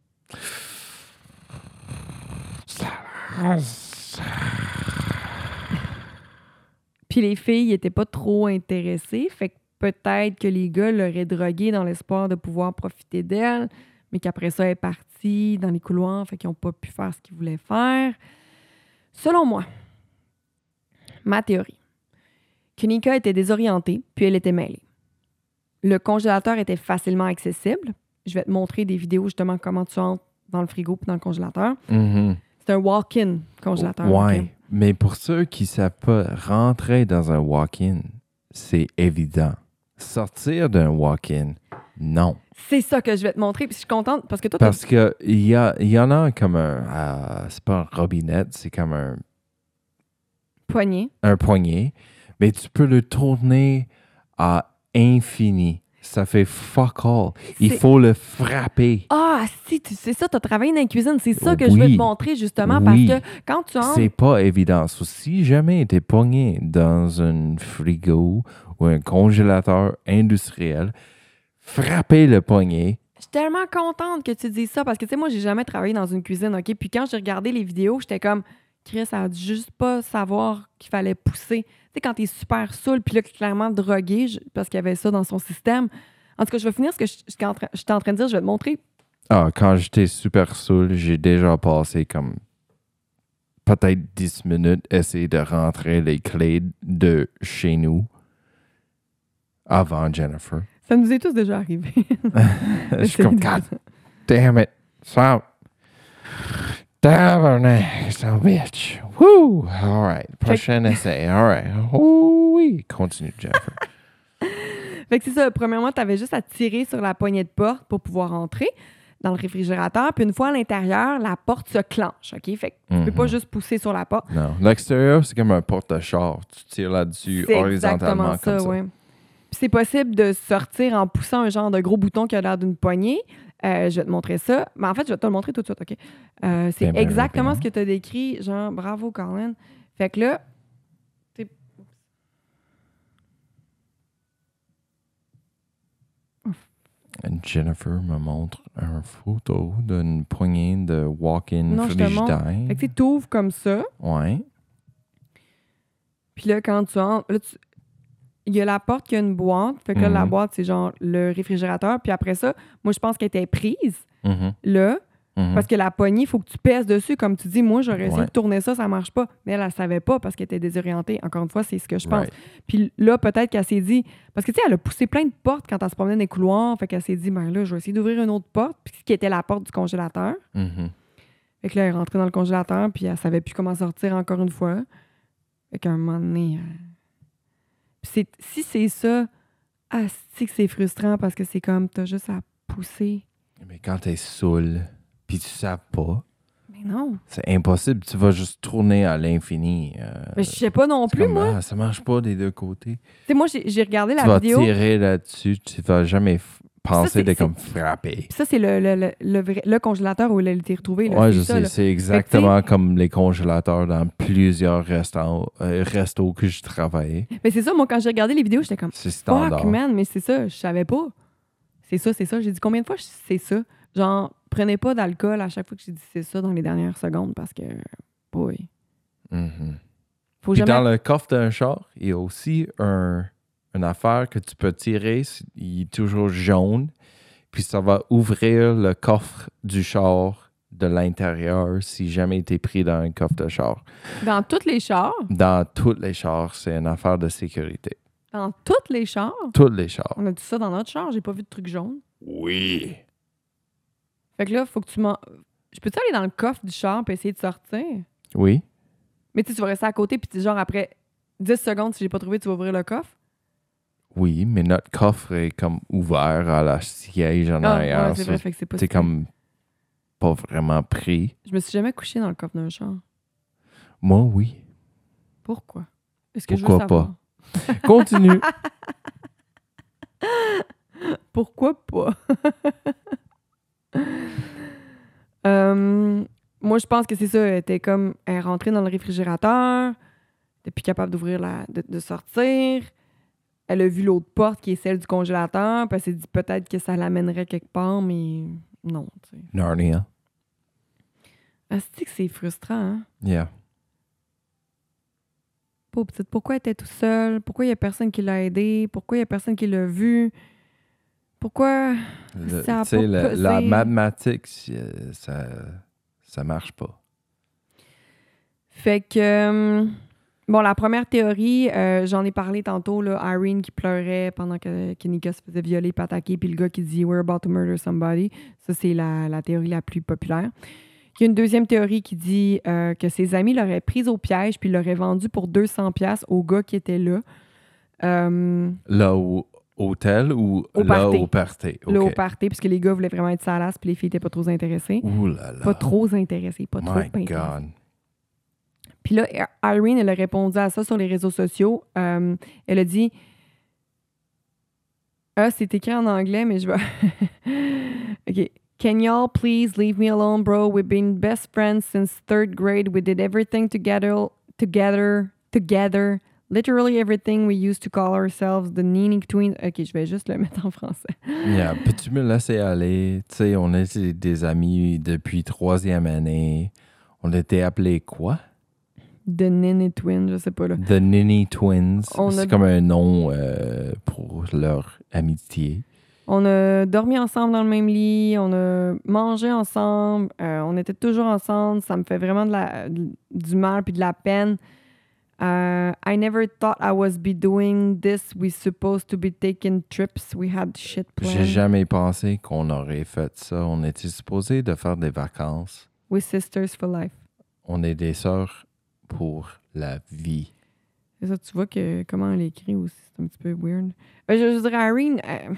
Puis les filles n'étaient pas trop intéressées, fait que peut-être que les gars l'auraient droguée dans l'espoir de pouvoir profiter d'elle, mais qu'après ça, elle est partie dans les couloirs, fait qu'ils n'ont pas pu faire ce qu'ils voulaient faire. Selon moi, ma théorie, Kunika était désorientée, puis elle était mêlée. Le congélateur était facilement accessible. Je vais te montrer des vidéos, justement, comment tu entres dans le frigo puis dans le congélateur. Mhm. C'est un walk-in congélateur. Ouais, ok? mais pour ceux qui ne savent pas, rentrer dans un walk-in, c'est évident. Sortir d'un walk-in, non. C'est ça que je vais te montrer, puis je suis contente parce que toi, Parce que il y, a- il y en a comme un... euh, c'est pas un robinet, c'est comme un, t'as poignet. un poignet, mais tu peux le tourner à infini. Ça fait fuck all. Il C'est- faut le frapper. Ah, si, tu sais ça, tu as travaillé dans la cuisine. C'est ça que je Oui. veux te montrer, justement, Oui. parce que quand tu entres... C'est pas évident. So, si jamais tu es pogné dans un frigo ou un congélateur industriel, frappez le poignet. Je suis tellement contente que tu dises ça, parce que, tu sais, moi, j'ai jamais travaillé dans une cuisine, OK? Puis quand j'ai regardé les vidéos, j'étais comme... Chris, elle a dû juste pas savoir qu'il fallait pousser. Tu sais, quand t'es super saoul, puis là, clairement drogué, je- parce qu'il y avait ça dans son système. En tout cas, je vais finir ce que je- j'étais en, train- j'étais en train de dire, je vais te montrer. Ah, quand j'étais super saoul, j'ai déjà passé comme peut-être dix minutes essayer de rentrer les clés de chez nous avant Jennifer. Ça nous est tous déjà arrivé. Je suis comme, God damn it, stop. Tabarnak, son bitch. Woo! All right. Prochain essai. All right. Ouh, oui. Continue, Jennifer. Fait que c'est ça. Premièrement, tu avais juste à tirer sur la poignée de porte pour pouvoir entrer dans le réfrigérateur. Puis une fois à l'intérieur, la porte se clenche, OK? Fait que tu peux Mhm. pas juste pousser sur la porte. Non. L'extérieur, c'est comme un porte-char. Tu tires là-dessus C'est horizontalement exactement comme ça, ça. oui. Puis c'est possible de sortir en poussant un genre de gros bouton qui a l'air d'une poignée. Euh, je vais te montrer ça. Mais en fait, je vais te le montrer tout de suite, OK? Euh, c'est Ben, ben, exactement ben. ce que tu as décrit. Genre, bravo, Colin. Fait que là, t'es- Jennifer me montre une photo d'une poignée de walk-in Non, je te montre. frigidaire. fait que tu ouvres comme ça. Ouais. Puis là, quand tu entres, là, tu- il y a la porte qui a une boîte. Fait que là, la Mhm. boîte, c'est genre le réfrigérateur. Puis après ça, moi, je pense qu'elle était prise. Mhm. Là, Mhm. Parce que la poignée, il faut que tu pèses dessus. Comme tu dis, moi, j'aurais essayé Ouais. de tourner ça, ça marche pas. Mais elle, elle savait pas parce qu'elle était désorientée. Encore une fois, c'est ce que je pense. Right. Puis là, peut-être qu'elle s'est dit... Parce que, tu sais, elle a poussé plein de portes quand elle se promenait dans les couloirs. Fait qu'elle s'est dit, ben là, je vais essayer d'ouvrir une autre porte, puis qui était la porte du congélateur. Mhm. Fait que là, elle est rentrée dans le congélateur, puis elle savait plus comment sortir encore une fois. Fait qu'à un moment donné... euh, Puis c'est... si c'est ça, ah, c'est que c'est frustrant parce que c'est comme, t'as juste à pousser. Mais quand t'es saoul, puis tu sais pas, Mais non. c'est impossible. Tu vas juste tourner à l'infini. euh, Mais je sais pas non c'est plus, comme, moi. ah, ça marche pas des deux côtés. Tu sais, moi, j'ai, j'ai regardé Tu la vas vidéo. tirer là-dessus, tu vas jamais f- penser c'est- de c'est- comme frapper. Puis ça, c'est le, le, le, le, vrai- le congélateur où elle a été retrouvée. Là, Ouais, c'est je ça, sais. là. C'est exactement comme les congélateurs dans plusieurs restaurants, euh, restos que je travaillais. Mais c'est ça, moi, quand j'ai regardé les vidéos, j'étais comme, C'est standard. fuck, man, mais c'est ça, je savais pas. C'est ça, c'est ça. J'ai dit combien de fois je- c'est ça? Genre, prenez pas d'alcool à chaque fois que j'ai dit c'est ça dans les dernières secondes parce que, boy, Mhm. faut Puis jamais... dans le coffre d'un char, il y a aussi un, une affaire que tu peux tirer. Il est toujours jaune. Puis ça va ouvrir le coffre du char de l'intérieur si jamais tu es pris dans un coffre de char. Dans tous les chars, Dans tous les chars, c'est une affaire de sécurité. dans tous les chars, Tous les chars. on a dit ça dans notre char, j'ai pas vu de truc jaune. Oui. Fait que là, faut que tu m'en... Je peux-tu aller dans le coffre du char et essayer de sortir? Oui. Mais tu sais, tu vas rester à côté, puis tu sais, genre après dix secondes, si j'ai pas trouvé, tu vas ouvrir le coffre. Oui, mais notre coffre est comme ouvert à la siège en Ah, arrière. ouais, c'est vrai, fait que c'est pas C'est si- comme pas vraiment pris. Je me suis jamais couché dans le coffre d'un char. Moi, oui. Pourquoi? Est-ce que Pourquoi je veux savoir? Continue. Pourquoi pas? Euh, moi, je pense que c'est ça. Elle était comme... Elle est rentrée dans le réfrigérateur. Elle était plus capable d'ouvrir la... De, de sortir. Elle a vu l'autre porte qui est celle du congélateur. Puis elle s'est dit peut-être que ça l'amènerait quelque part, mais non, tu sais. Narnia. Ah, c'est que c'est frustrant, hein? Yeah. Pauvre petite, pourquoi elle était tout seule? Pourquoi il n'y a personne qui l'a aidé? Pourquoi il n'y a personne qui l'a vu? Pourquoi... Le- Ça a tu sais, pas la, pesé. la mathématique, euh, ça, ça marche pas. Fait que... euh, bon, la première théorie, euh, j'en ai parlé tantôt, là, Irene qui pleurait pendant que Kenika se faisait violer et attaquer, puis le gars qui dit « We're about to murder somebody ». Ça, c'est la, la théorie la plus populaire. Il y a une deuxième théorie qui dit euh, que ses amis l'auraient prise au piège puis l'auraient vendue pour deux cents dollars au gars qui était là. Euh, Là au hôtel ou Au là party. au party? Là, au OK. party, puisque les gars voulaient vraiment être salaces puis les filles n'étaient pas trop intéressées. Ouh là là. Pas trop intéressées, pas trop My intéressées. God. Puis là, Irene, elle a répondu à ça sur les réseaux sociaux. Euh, elle a dit... Ah, c'est écrit en anglais, mais je vais... OK. Can y'all please leave me alone, bro? We've been best friends since third grade. We did everything together, together, together. Literally everything we used to call ourselves the Nini Twins. OK, je vais juste le mettre en français. Yeah. Peux-tu me laisser aller? Tu sais, on était des amis depuis troisième année. On était appelés quoi? The Nini Twins, je sais pas là. The Nini Twins. On C'est a- comme un nom euh, pour leur amitié. On a dormi ensemble dans le même lit, on a mangé ensemble, euh, on était toujours ensemble. Ça me fait vraiment de la, du mal puis de la peine. Uh, I never thought I was be doing this. We supposed to be taking trips. We had shit J'ai planned. jamais pensé qu'on aurait fait ça. On était supposé de faire des vacances. We sisters for life. On est des sœurs pour la vie. Et ça, tu vois que comment elle écrit aussi, c'est un petit peu weird. Euh, je, je dirais, Irene, euh,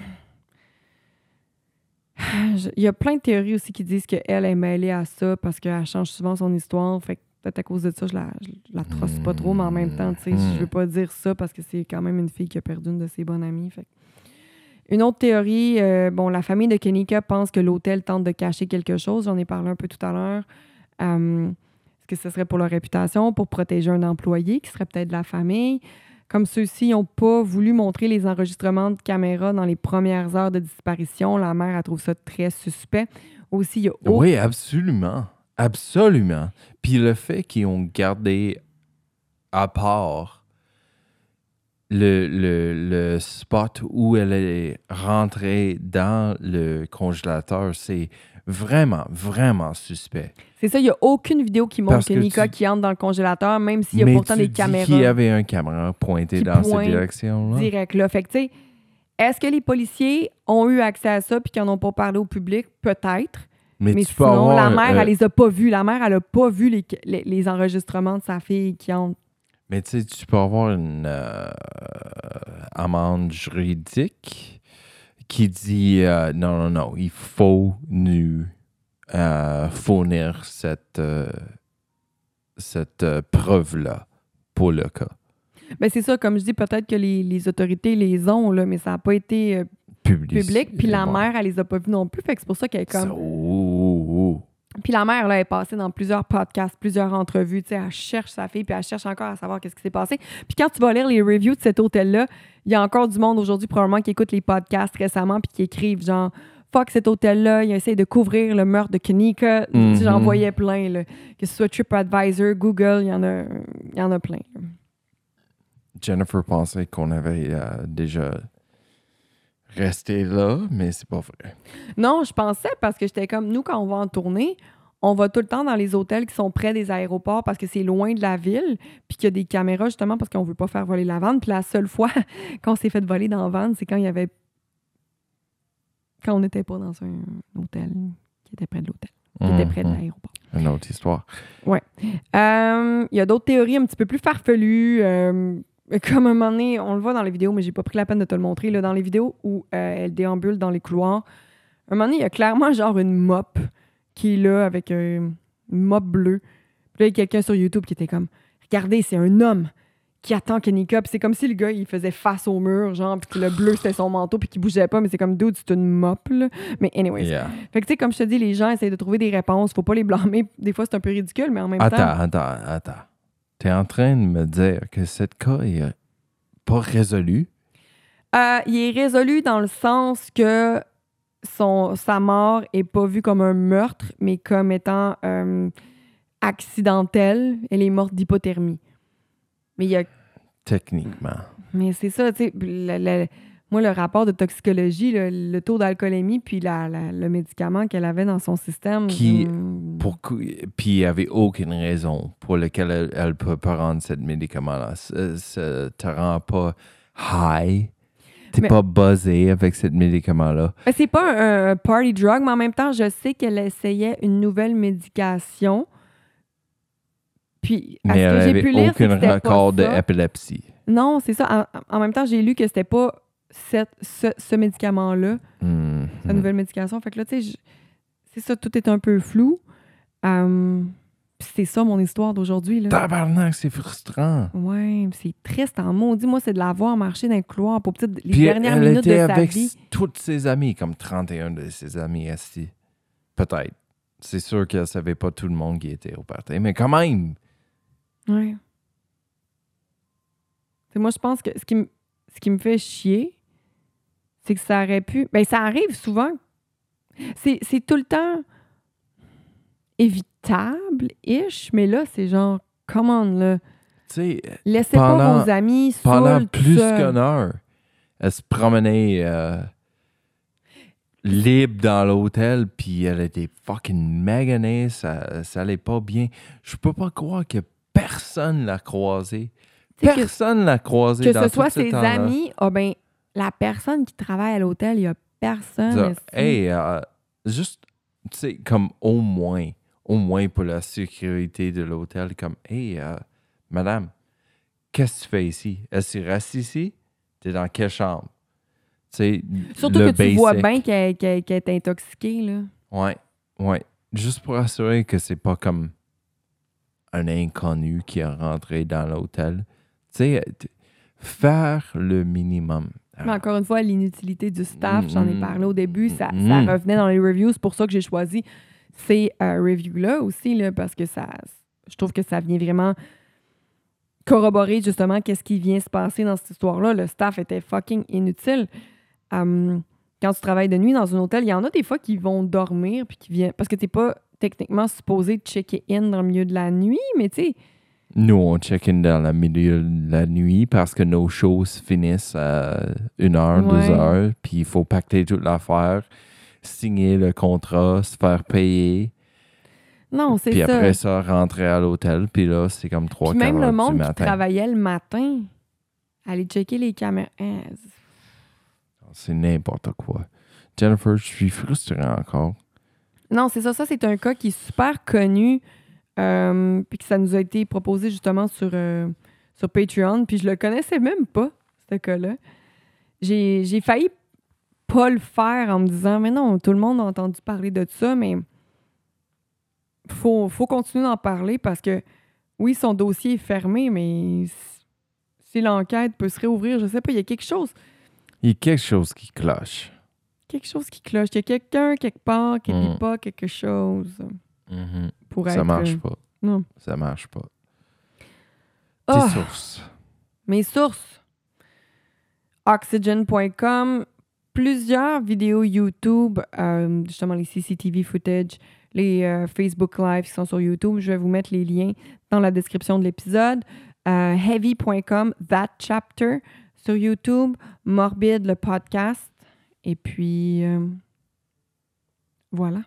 je- il y a plein de théories aussi qui disent qu'elle est mêlée à ça parce qu'elle change souvent son histoire. Fait que peut-être à cause de ça, je la, je, la trosse pas trop, mais en même temps, tu sais, je veux pas dire ça parce que c'est quand même une fille qui a perdu une de ses bonnes amies. Fait que- Une autre théorie, euh, bon, la famille de Kenika pense que l'hôtel tente de cacher quelque chose. J'en ai parlé un peu tout à l'heure. Euh, Est-ce que ce serait pour leur réputation, pour protéger un employé qui serait peut-être de la famille? Comme ceux-ci n'ont pas voulu montrer les enregistrements de caméra dans les premières heures de disparition, la mère, elle trouve ça très suspect. Aussi, il y a... aucun- Oui, absolument. Absolument. Puis le fait qu'ils ont gardé à part le, le, le spot où elle est rentrée dans le congélateur, c'est Vraiment, vraiment suspect. C'est ça, il n'y a aucune vidéo qui montre Parce que, que Nika tu- qui entre dans le congélateur, même s'il y a Mais pourtant tu des dis caméras qu'il y avait un caméra pointé qui dans pointe cette direction-là. direct là. Fait que, tu sais, est-ce que les policiers ont eu accès à ça puis qu'ils n'en ont pas parlé au public? Peut-être. Mais, Mais tu peux sinon, avoir... la mère, euh, elle les a pas vus. La mère, elle a pas vu les, les, les enregistrements de sa fille qui entre. Mais tu sais, tu peux avoir une euh, amende juridique qui dit euh, non, non, non, il faut nous euh, fournir cette, euh, cette euh, preuve-là pour le cas. Ben c'est ça, comme je dis, peut-être que les, les autorités les ont, là, mais ça n'a pas été euh, Public. public. Puis la Ouais. mère, elle les a pas vus non plus. Fait que c'est pour ça qu'elle est Ça, comme... oh, oh, Puis la mère, là, elle est passée dans plusieurs podcasts, plusieurs entrevues. Tu sais, elle cherche sa fille, puis elle cherche encore à savoir qu'est-ce qui s'est passé. Puis quand tu vas lire les reviews de cet hôtel-là, il y a encore du monde aujourd'hui, probablement, qui écoute les podcasts récemment, puis qui écrivent genre « Fuck cet hôtel-là, il essaie de couvrir le meurtre de Kenneka. Mhm. Tu sais, j'en voyais plein, là. Que ce soit TripAdvisor, Google, il y en a, il y en a plein. là. Jennifer pensait qu'on avait euh, déjà resté là, mais c'est pas vrai. Non, je pensais parce que j'étais comme, nous, quand on va en tournée, on va tout le temps dans les hôtels qui sont près des aéroports parce que c'est loin de la ville, puis qu'il y a des caméras justement parce qu'on veut pas faire voler la vanne. Puis la seule fois qu'on s'est fait voler dans la vanne, c'est quand il y avait... quand on n'était pas dans un hôtel qui était près de l'hôtel, qui était près de Mhm. l'aéroport. Une autre histoire. Euh, Il y a d'autres théories un petit peu plus farfelues. euh, comme un moment donné, on le voit dans les vidéos, mais j'ai pas pris la peine de te le montrer. Là, dans les vidéos où euh, elle déambule dans les couloirs, un moment donné, il y a clairement genre une mop qui est là avec un- une mop bleue. Puis là, il y a quelqu'un sur YouTube qui était comme « Regardez, c'est un homme qui attend Kenneka. » Puis c'est comme si le gars, il faisait face au mur, genre, puis que le bleu, c'était son manteau, puis qu'il bougeait pas. Mais c'est comme « Dude, c'est une mop, là. » Mais anyways. Yeah. Fait que, tu sais, comme je te dis, les gens essayent de trouver des réponses. Faut pas les blâmer. Des fois, c'est un peu ridicule, mais en même Attends, temps... attends, attends. T'es en train de me dire que cette cas est euh, pas résolu? Euh, il est résolu dans le sens que son, sa mort est pas vue comme un meurtre, mais comme étant euh, accidentelle. Elle est morte d'hypothermie. Mais il y a... Techniquement. Mais c'est ça, tu sais. le- le- Moi, le rapport de toxicologie, le, le taux d'alcoolémie, puis la, la- le médicament qu'elle avait dans son système... Qui- hum, Pourquoi- Puis il n'y avait aucune raison pour laquelle elle ne peut pas prendre ce médicament-là. Ça ça te rend pas high. T'es Mais- pas buzzé avec ce médicament-là. Ben, c'est pas un, un party drug, mais en même temps, je sais qu'elle essayait une nouvelle médication. Puis, à Mais ce elle que j'ai avait pu lire, c'est que aucun c'était record pas ça. d'épilepsie. Non, c'est ça. En, en même temps, j'ai lu que c'était pas cette, ce, ce médicament-là, Mhm. la nouvelle médication. Fait que là, tu sais, je- c'est ça, tout est un peu flou. Euh, puis c'est ça mon histoire d'aujourd'hui. Là. Tabarnak, c'est frustrant. Ouais, c'est triste en maudit. Moi, c'est de la voir marcher dans le couloir pour peut-être les Puis dernières elle minutes de était sa avec vie. toutes ses amies, comme trente et un de ses amis assis. Peut-être. C'est sûr qu'elle ne savait pas tout le monde qui était au party, mais quand même. Ouais. C'est moi, je pense que ce qui, me- ce qui me fait chier, c'est que ça aurait pu... Ben, ça arrive souvent. C'est, c'est tout le temps évitable-ish, mais là, c'est genre, come on, là. Tu sais, Laissez Pendant- pas vos amis pendant saouls, tout plus seuls. qu'une heure, elle se promenait euh, libre dans l'hôtel, puis elle était fucking maganée, ça, ça allait pas bien. Je peux pas croire que personne l'a croisée. Tu sais que- Personne l'a croisée Que dans ce tout soit ce ses temps-là. amis, ah ben, la personne qui travaille à l'hôtel, il y a personne. Dire, esti. hey, euh, juste, tu sais, comme au moins, au moins pour la sécurité de l'hôtel, comme, hey, euh, madame, qu'est-ce que tu fais ici? Est-ce que tu restes ici? T'es dans quelle chambre? Tu sais, Surtout le que tu vois basic. bien qu'elle, qu'elle- qu'elle est intoxiquée, là. Ouais, ouais. Juste pour assurer que c'est pas comme un inconnu qui est rentré dans l'hôtel. Tu sais, t- faire le minimum. Mais encore une fois, l'inutilité du staff, Mm, j'en ai mm, parlé au début, ça, mm. ça revenait dans les reviews. C'est pour ça que j'ai choisi ces euh, reviews-là aussi, là, parce que ça, je trouve que ça vient vraiment corroborer justement qu'est-ce qui vient se passer dans cette histoire-là. Le staff était fucking inutile. Hum, quand tu travailles de nuit dans un hôtel, il y en a des fois qui vont dormir puis qui viennent parce que t'es pas techniquement supposé checker in dans le milieu de la nuit, mais tu sais, Nous, on check-in dans le milieu de la nuit parce que nos shows finissent à une heure, Ouais. deux heures, puis il faut pacter toute l'affaire. signer le contrat, se faire payer. Non, c'est Puis ça. après ça, rentrer à l'hôtel. Puis là, c'est comme trois Puis quatre même le heures du monde qui matin. travaillait le matin, aller checker les caméras. Hein, C'est n'importe quoi. Jennifer, je suis frustré encore. non, c'est ça. Ça, c'est un cas qui est super connu. Euh, puis que ça nous a été proposé justement sur, euh, sur Patreon. Puis je le connaissais même pas, ce cas-là. J'ai, j'ai failli pas le faire en me disant, mais non, tout le monde a entendu parler de ça, mais faut, faut continuer d'en parler parce que, oui, son dossier est fermé, mais si l'enquête peut se réouvrir, je sais pas, il y a quelque chose, Il y a quelque chose qui cloche. quelque chose qui cloche. Il y a quelqu'un, quelque part, qui dit Mm. pas quelque chose Mhm. pour Ça être... marche euh, pas. Non. Ça marche pas. Ah! Tes sources. Mes sources. Oxygen point com, plusieurs vidéos YouTube, euh, justement les C C T V footage, les euh, Facebook Live qui sont sur YouTube. Je vais vous mettre les liens dans la description de l'épisode. Euh, heavy point com, That Chapter sur YouTube. Morbide, le podcast. Et puis, euh, voilà.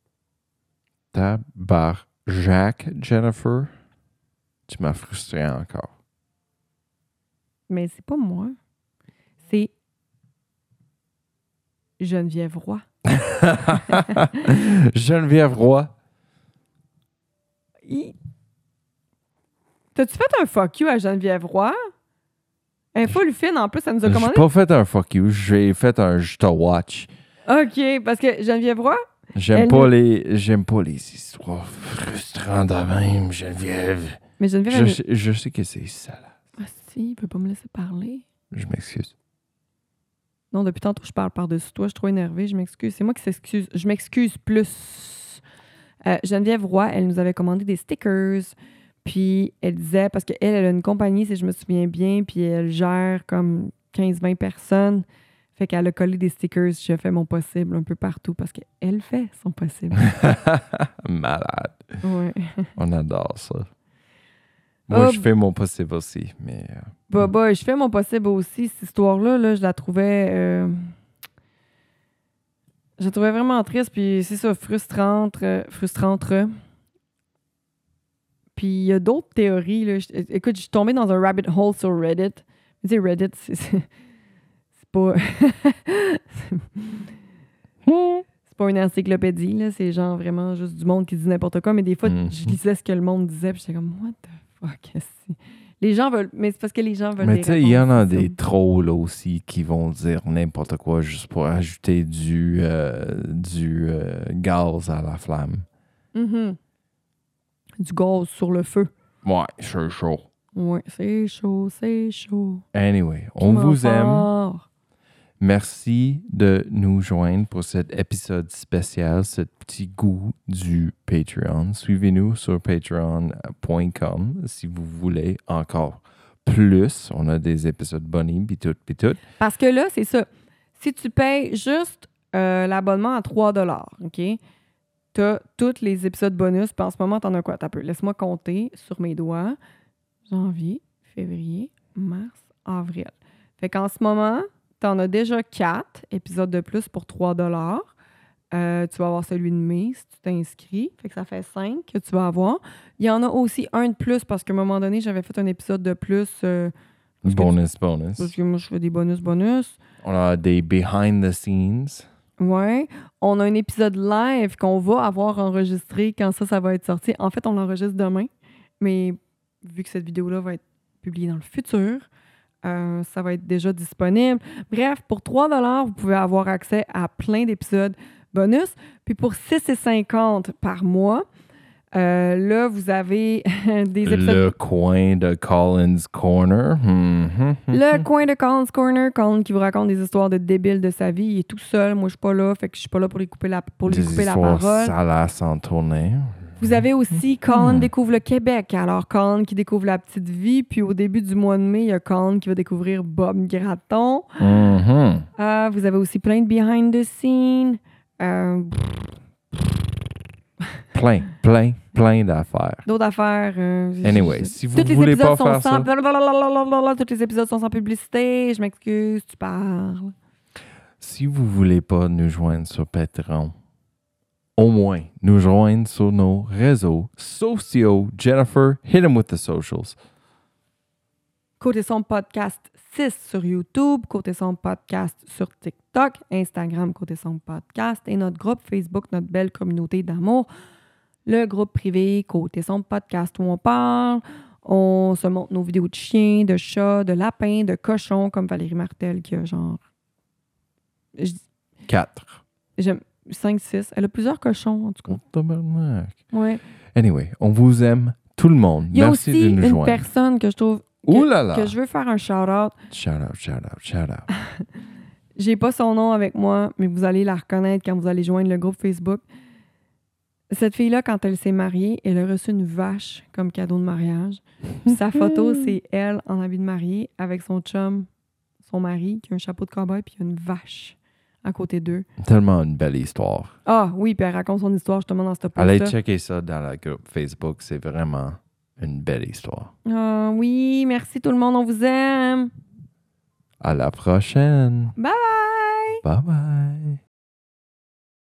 Tabarjac, Jennifer. Tu m'as frustré encore. Mais c'est pas moi. C'est Geneviève Roy. Geneviève Roy. I- T'as-tu fait un fuck you à Geneviève Roy? Elle est full fine, en plus, elle nous a J'ai commandé. pas fait un fuck you, j'ai fait un je te watch. OK, parce que Geneviève Roy, J'aime Elle pas nous- les j'aime pas les histoires frustrantes de même, Geneviève. mais Geneviève, Je, elle... sais- je sais que c'est ça là. Ah, si, il peut pas me laisser parler. Je m'excuse. Non, depuis tantôt, je parle par-dessus toi, je suis trop énervée, je m'excuse. C'est moi qui s'excuse. Je m'excuse plus. Euh, Geneviève Roy, elle nous avait commandé des stickers, puis elle disait, parce qu'elle, elle a une compagnie, si je me souviens bien, puis elle gère comme quinze vingt personnes. Fait qu'elle a collé des stickers, j'ai fait mon possible un peu partout, parce qu'elle fait son possible. Malade. Ouais. On adore ça. Moi, Oh, je fais mon possible aussi, mais... euh, Bah, bah, je fais mon possible aussi. Cette histoire-là, là, je la trouvais... euh, Je la trouvais vraiment triste, puis c'est ça, frustrante. euh, frustrante. euh. Puis il y a d'autres théories. Là. Je- écoute, je suis tombée dans un rabbit hole sur Reddit. Tu sais, Reddit, c'est... c'est c'est pas... c'est pas une encyclopédie, là. C'est genre vraiment juste du monde qui dit n'importe quoi. Mais des fois, Mhm. je lisais ce que le monde disait, puis j'étais comme, what the fuck, est-ce que- Les gens veulent... Mais c'est parce que les gens veulent Mais des tu sais, il y en a réponses, c'est des ça. trolls aussi qui vont dire n'importe quoi juste pour ajouter du, euh, du euh, gaz à la flamme. Mhm. Du gaz sur le feu. Ouais, c'est chaud. Ouais, c'est chaud, c'est chaud. Anyway, on Piment vous aime. fort. Merci de nous joindre pour cet épisode spécial, ce petit goût du Patreon. Suivez-nous sur patreon point com si vous voulez encore plus. On a des épisodes bonus, pis tout, pis tout. Parce que là, c'est ça. Si tu payes juste euh, l'abonnement à trois dollars, OK? T'as tous les épisodes bonus. Puis en ce moment, t'en as quoi? T'as peu. Laisse-moi compter sur mes doigts. Janvier, février, mars, avril. Fait qu'en ce moment, t'en as déjà quatre épisodes de plus pour trois dollars. Euh, tu vas avoir celui de mai si tu t'inscris. Fait que ça fait cinq que tu vas avoir. Il y en a aussi un de plus parce qu'à un moment donné, j'avais fait un épisode de plus. euh, parce que Bonus, tu- bonus. Parce que moi, je fais des bonus, bonus. On a des behind the scenes. Ouais. On a un épisode live qu'on va avoir enregistré quand ça, ça va être sorti. En fait, on l'enregistre demain. Mais vu que cette vidéo-là va être publiée dans le futur, euh, ça va être déjà disponible. Bref, pour trois dollars, vous pouvez avoir accès à plein d'épisodes bonus. Puis pour six dollars cinquante par mois, euh, là, vous avez des épisodes... Le coin de Collins Corner. Mhm. Le coin de Colin's Corner, Colin qui vous raconte des histoires de débiles de sa vie. Il est tout seul. Moi, je suis pas là. Fait que je suis pas là pour lui couper la, pour lui Des couper la histoires parole. salaces en tournée. Vous avez aussi Colin Hmm. découvre le Québec. Alors, Colin qui découvre la petite vie. Puis au début du mois de mai, il y a Colin qui va découvrir Bob Gratton. Mhm. Euh, vous avez aussi plein de behind the scenes. Euh, Plein, plein, plein d'affaires. D'autres affaires. euh, Anyway, je- si vous Tous les voulez épisodes pas sont faire sans... ça- Blablabla, Tous les épisodes sont sans publicité. Je m'excuse, tu parles. si vous voulez pas nous joindre sur Patreon, au moins nous joindre sur nos réseaux sociaux. Jennifer, hit them with the socials. Côté Sombre Podcast six sur YouTube, Côté Sombre Podcast sur TikTok, Instagram Côté Sombre Podcast et notre groupe Facebook, notre belle communauté d'amour, le groupe privé Côté Sombre Podcast où on parle, on se montre nos vidéos de chiens, de chats, de lapins, de cochons, comme Valérie Martel qui a genre... je- Quatre. J'aime cinq six. Elle a plusieurs cochons, en tout cas. Oh, tabarnak. Ouais. Anyway, on vous aime, tout le monde. Il y a Merci aussi de nous une joindre. personne que je trouve... Ouh que, là là. que je veux faire un shout-out. Shout out, shout out, shout out. J'ai pas son nom avec moi, mais vous allez la reconnaître quand vous allez joindre le groupe Facebook. Cette fille-là, quand elle s'est mariée, elle a reçu une vache comme cadeau de mariage. Puis sa photo, c'est elle en habit de mariée avec son chum, son mari, qui a un chapeau de cow-boy, puis il y a une vache à côté d'eux. Tellement une belle histoire. Ah oui, puis elle raconte son histoire justement dans cette Allez post-là. checker ça dans le groupe Facebook. C'est vraiment une belle histoire. Ah oui, merci tout le monde, on vous aime. À la prochaine. Bye bye! Bye bye.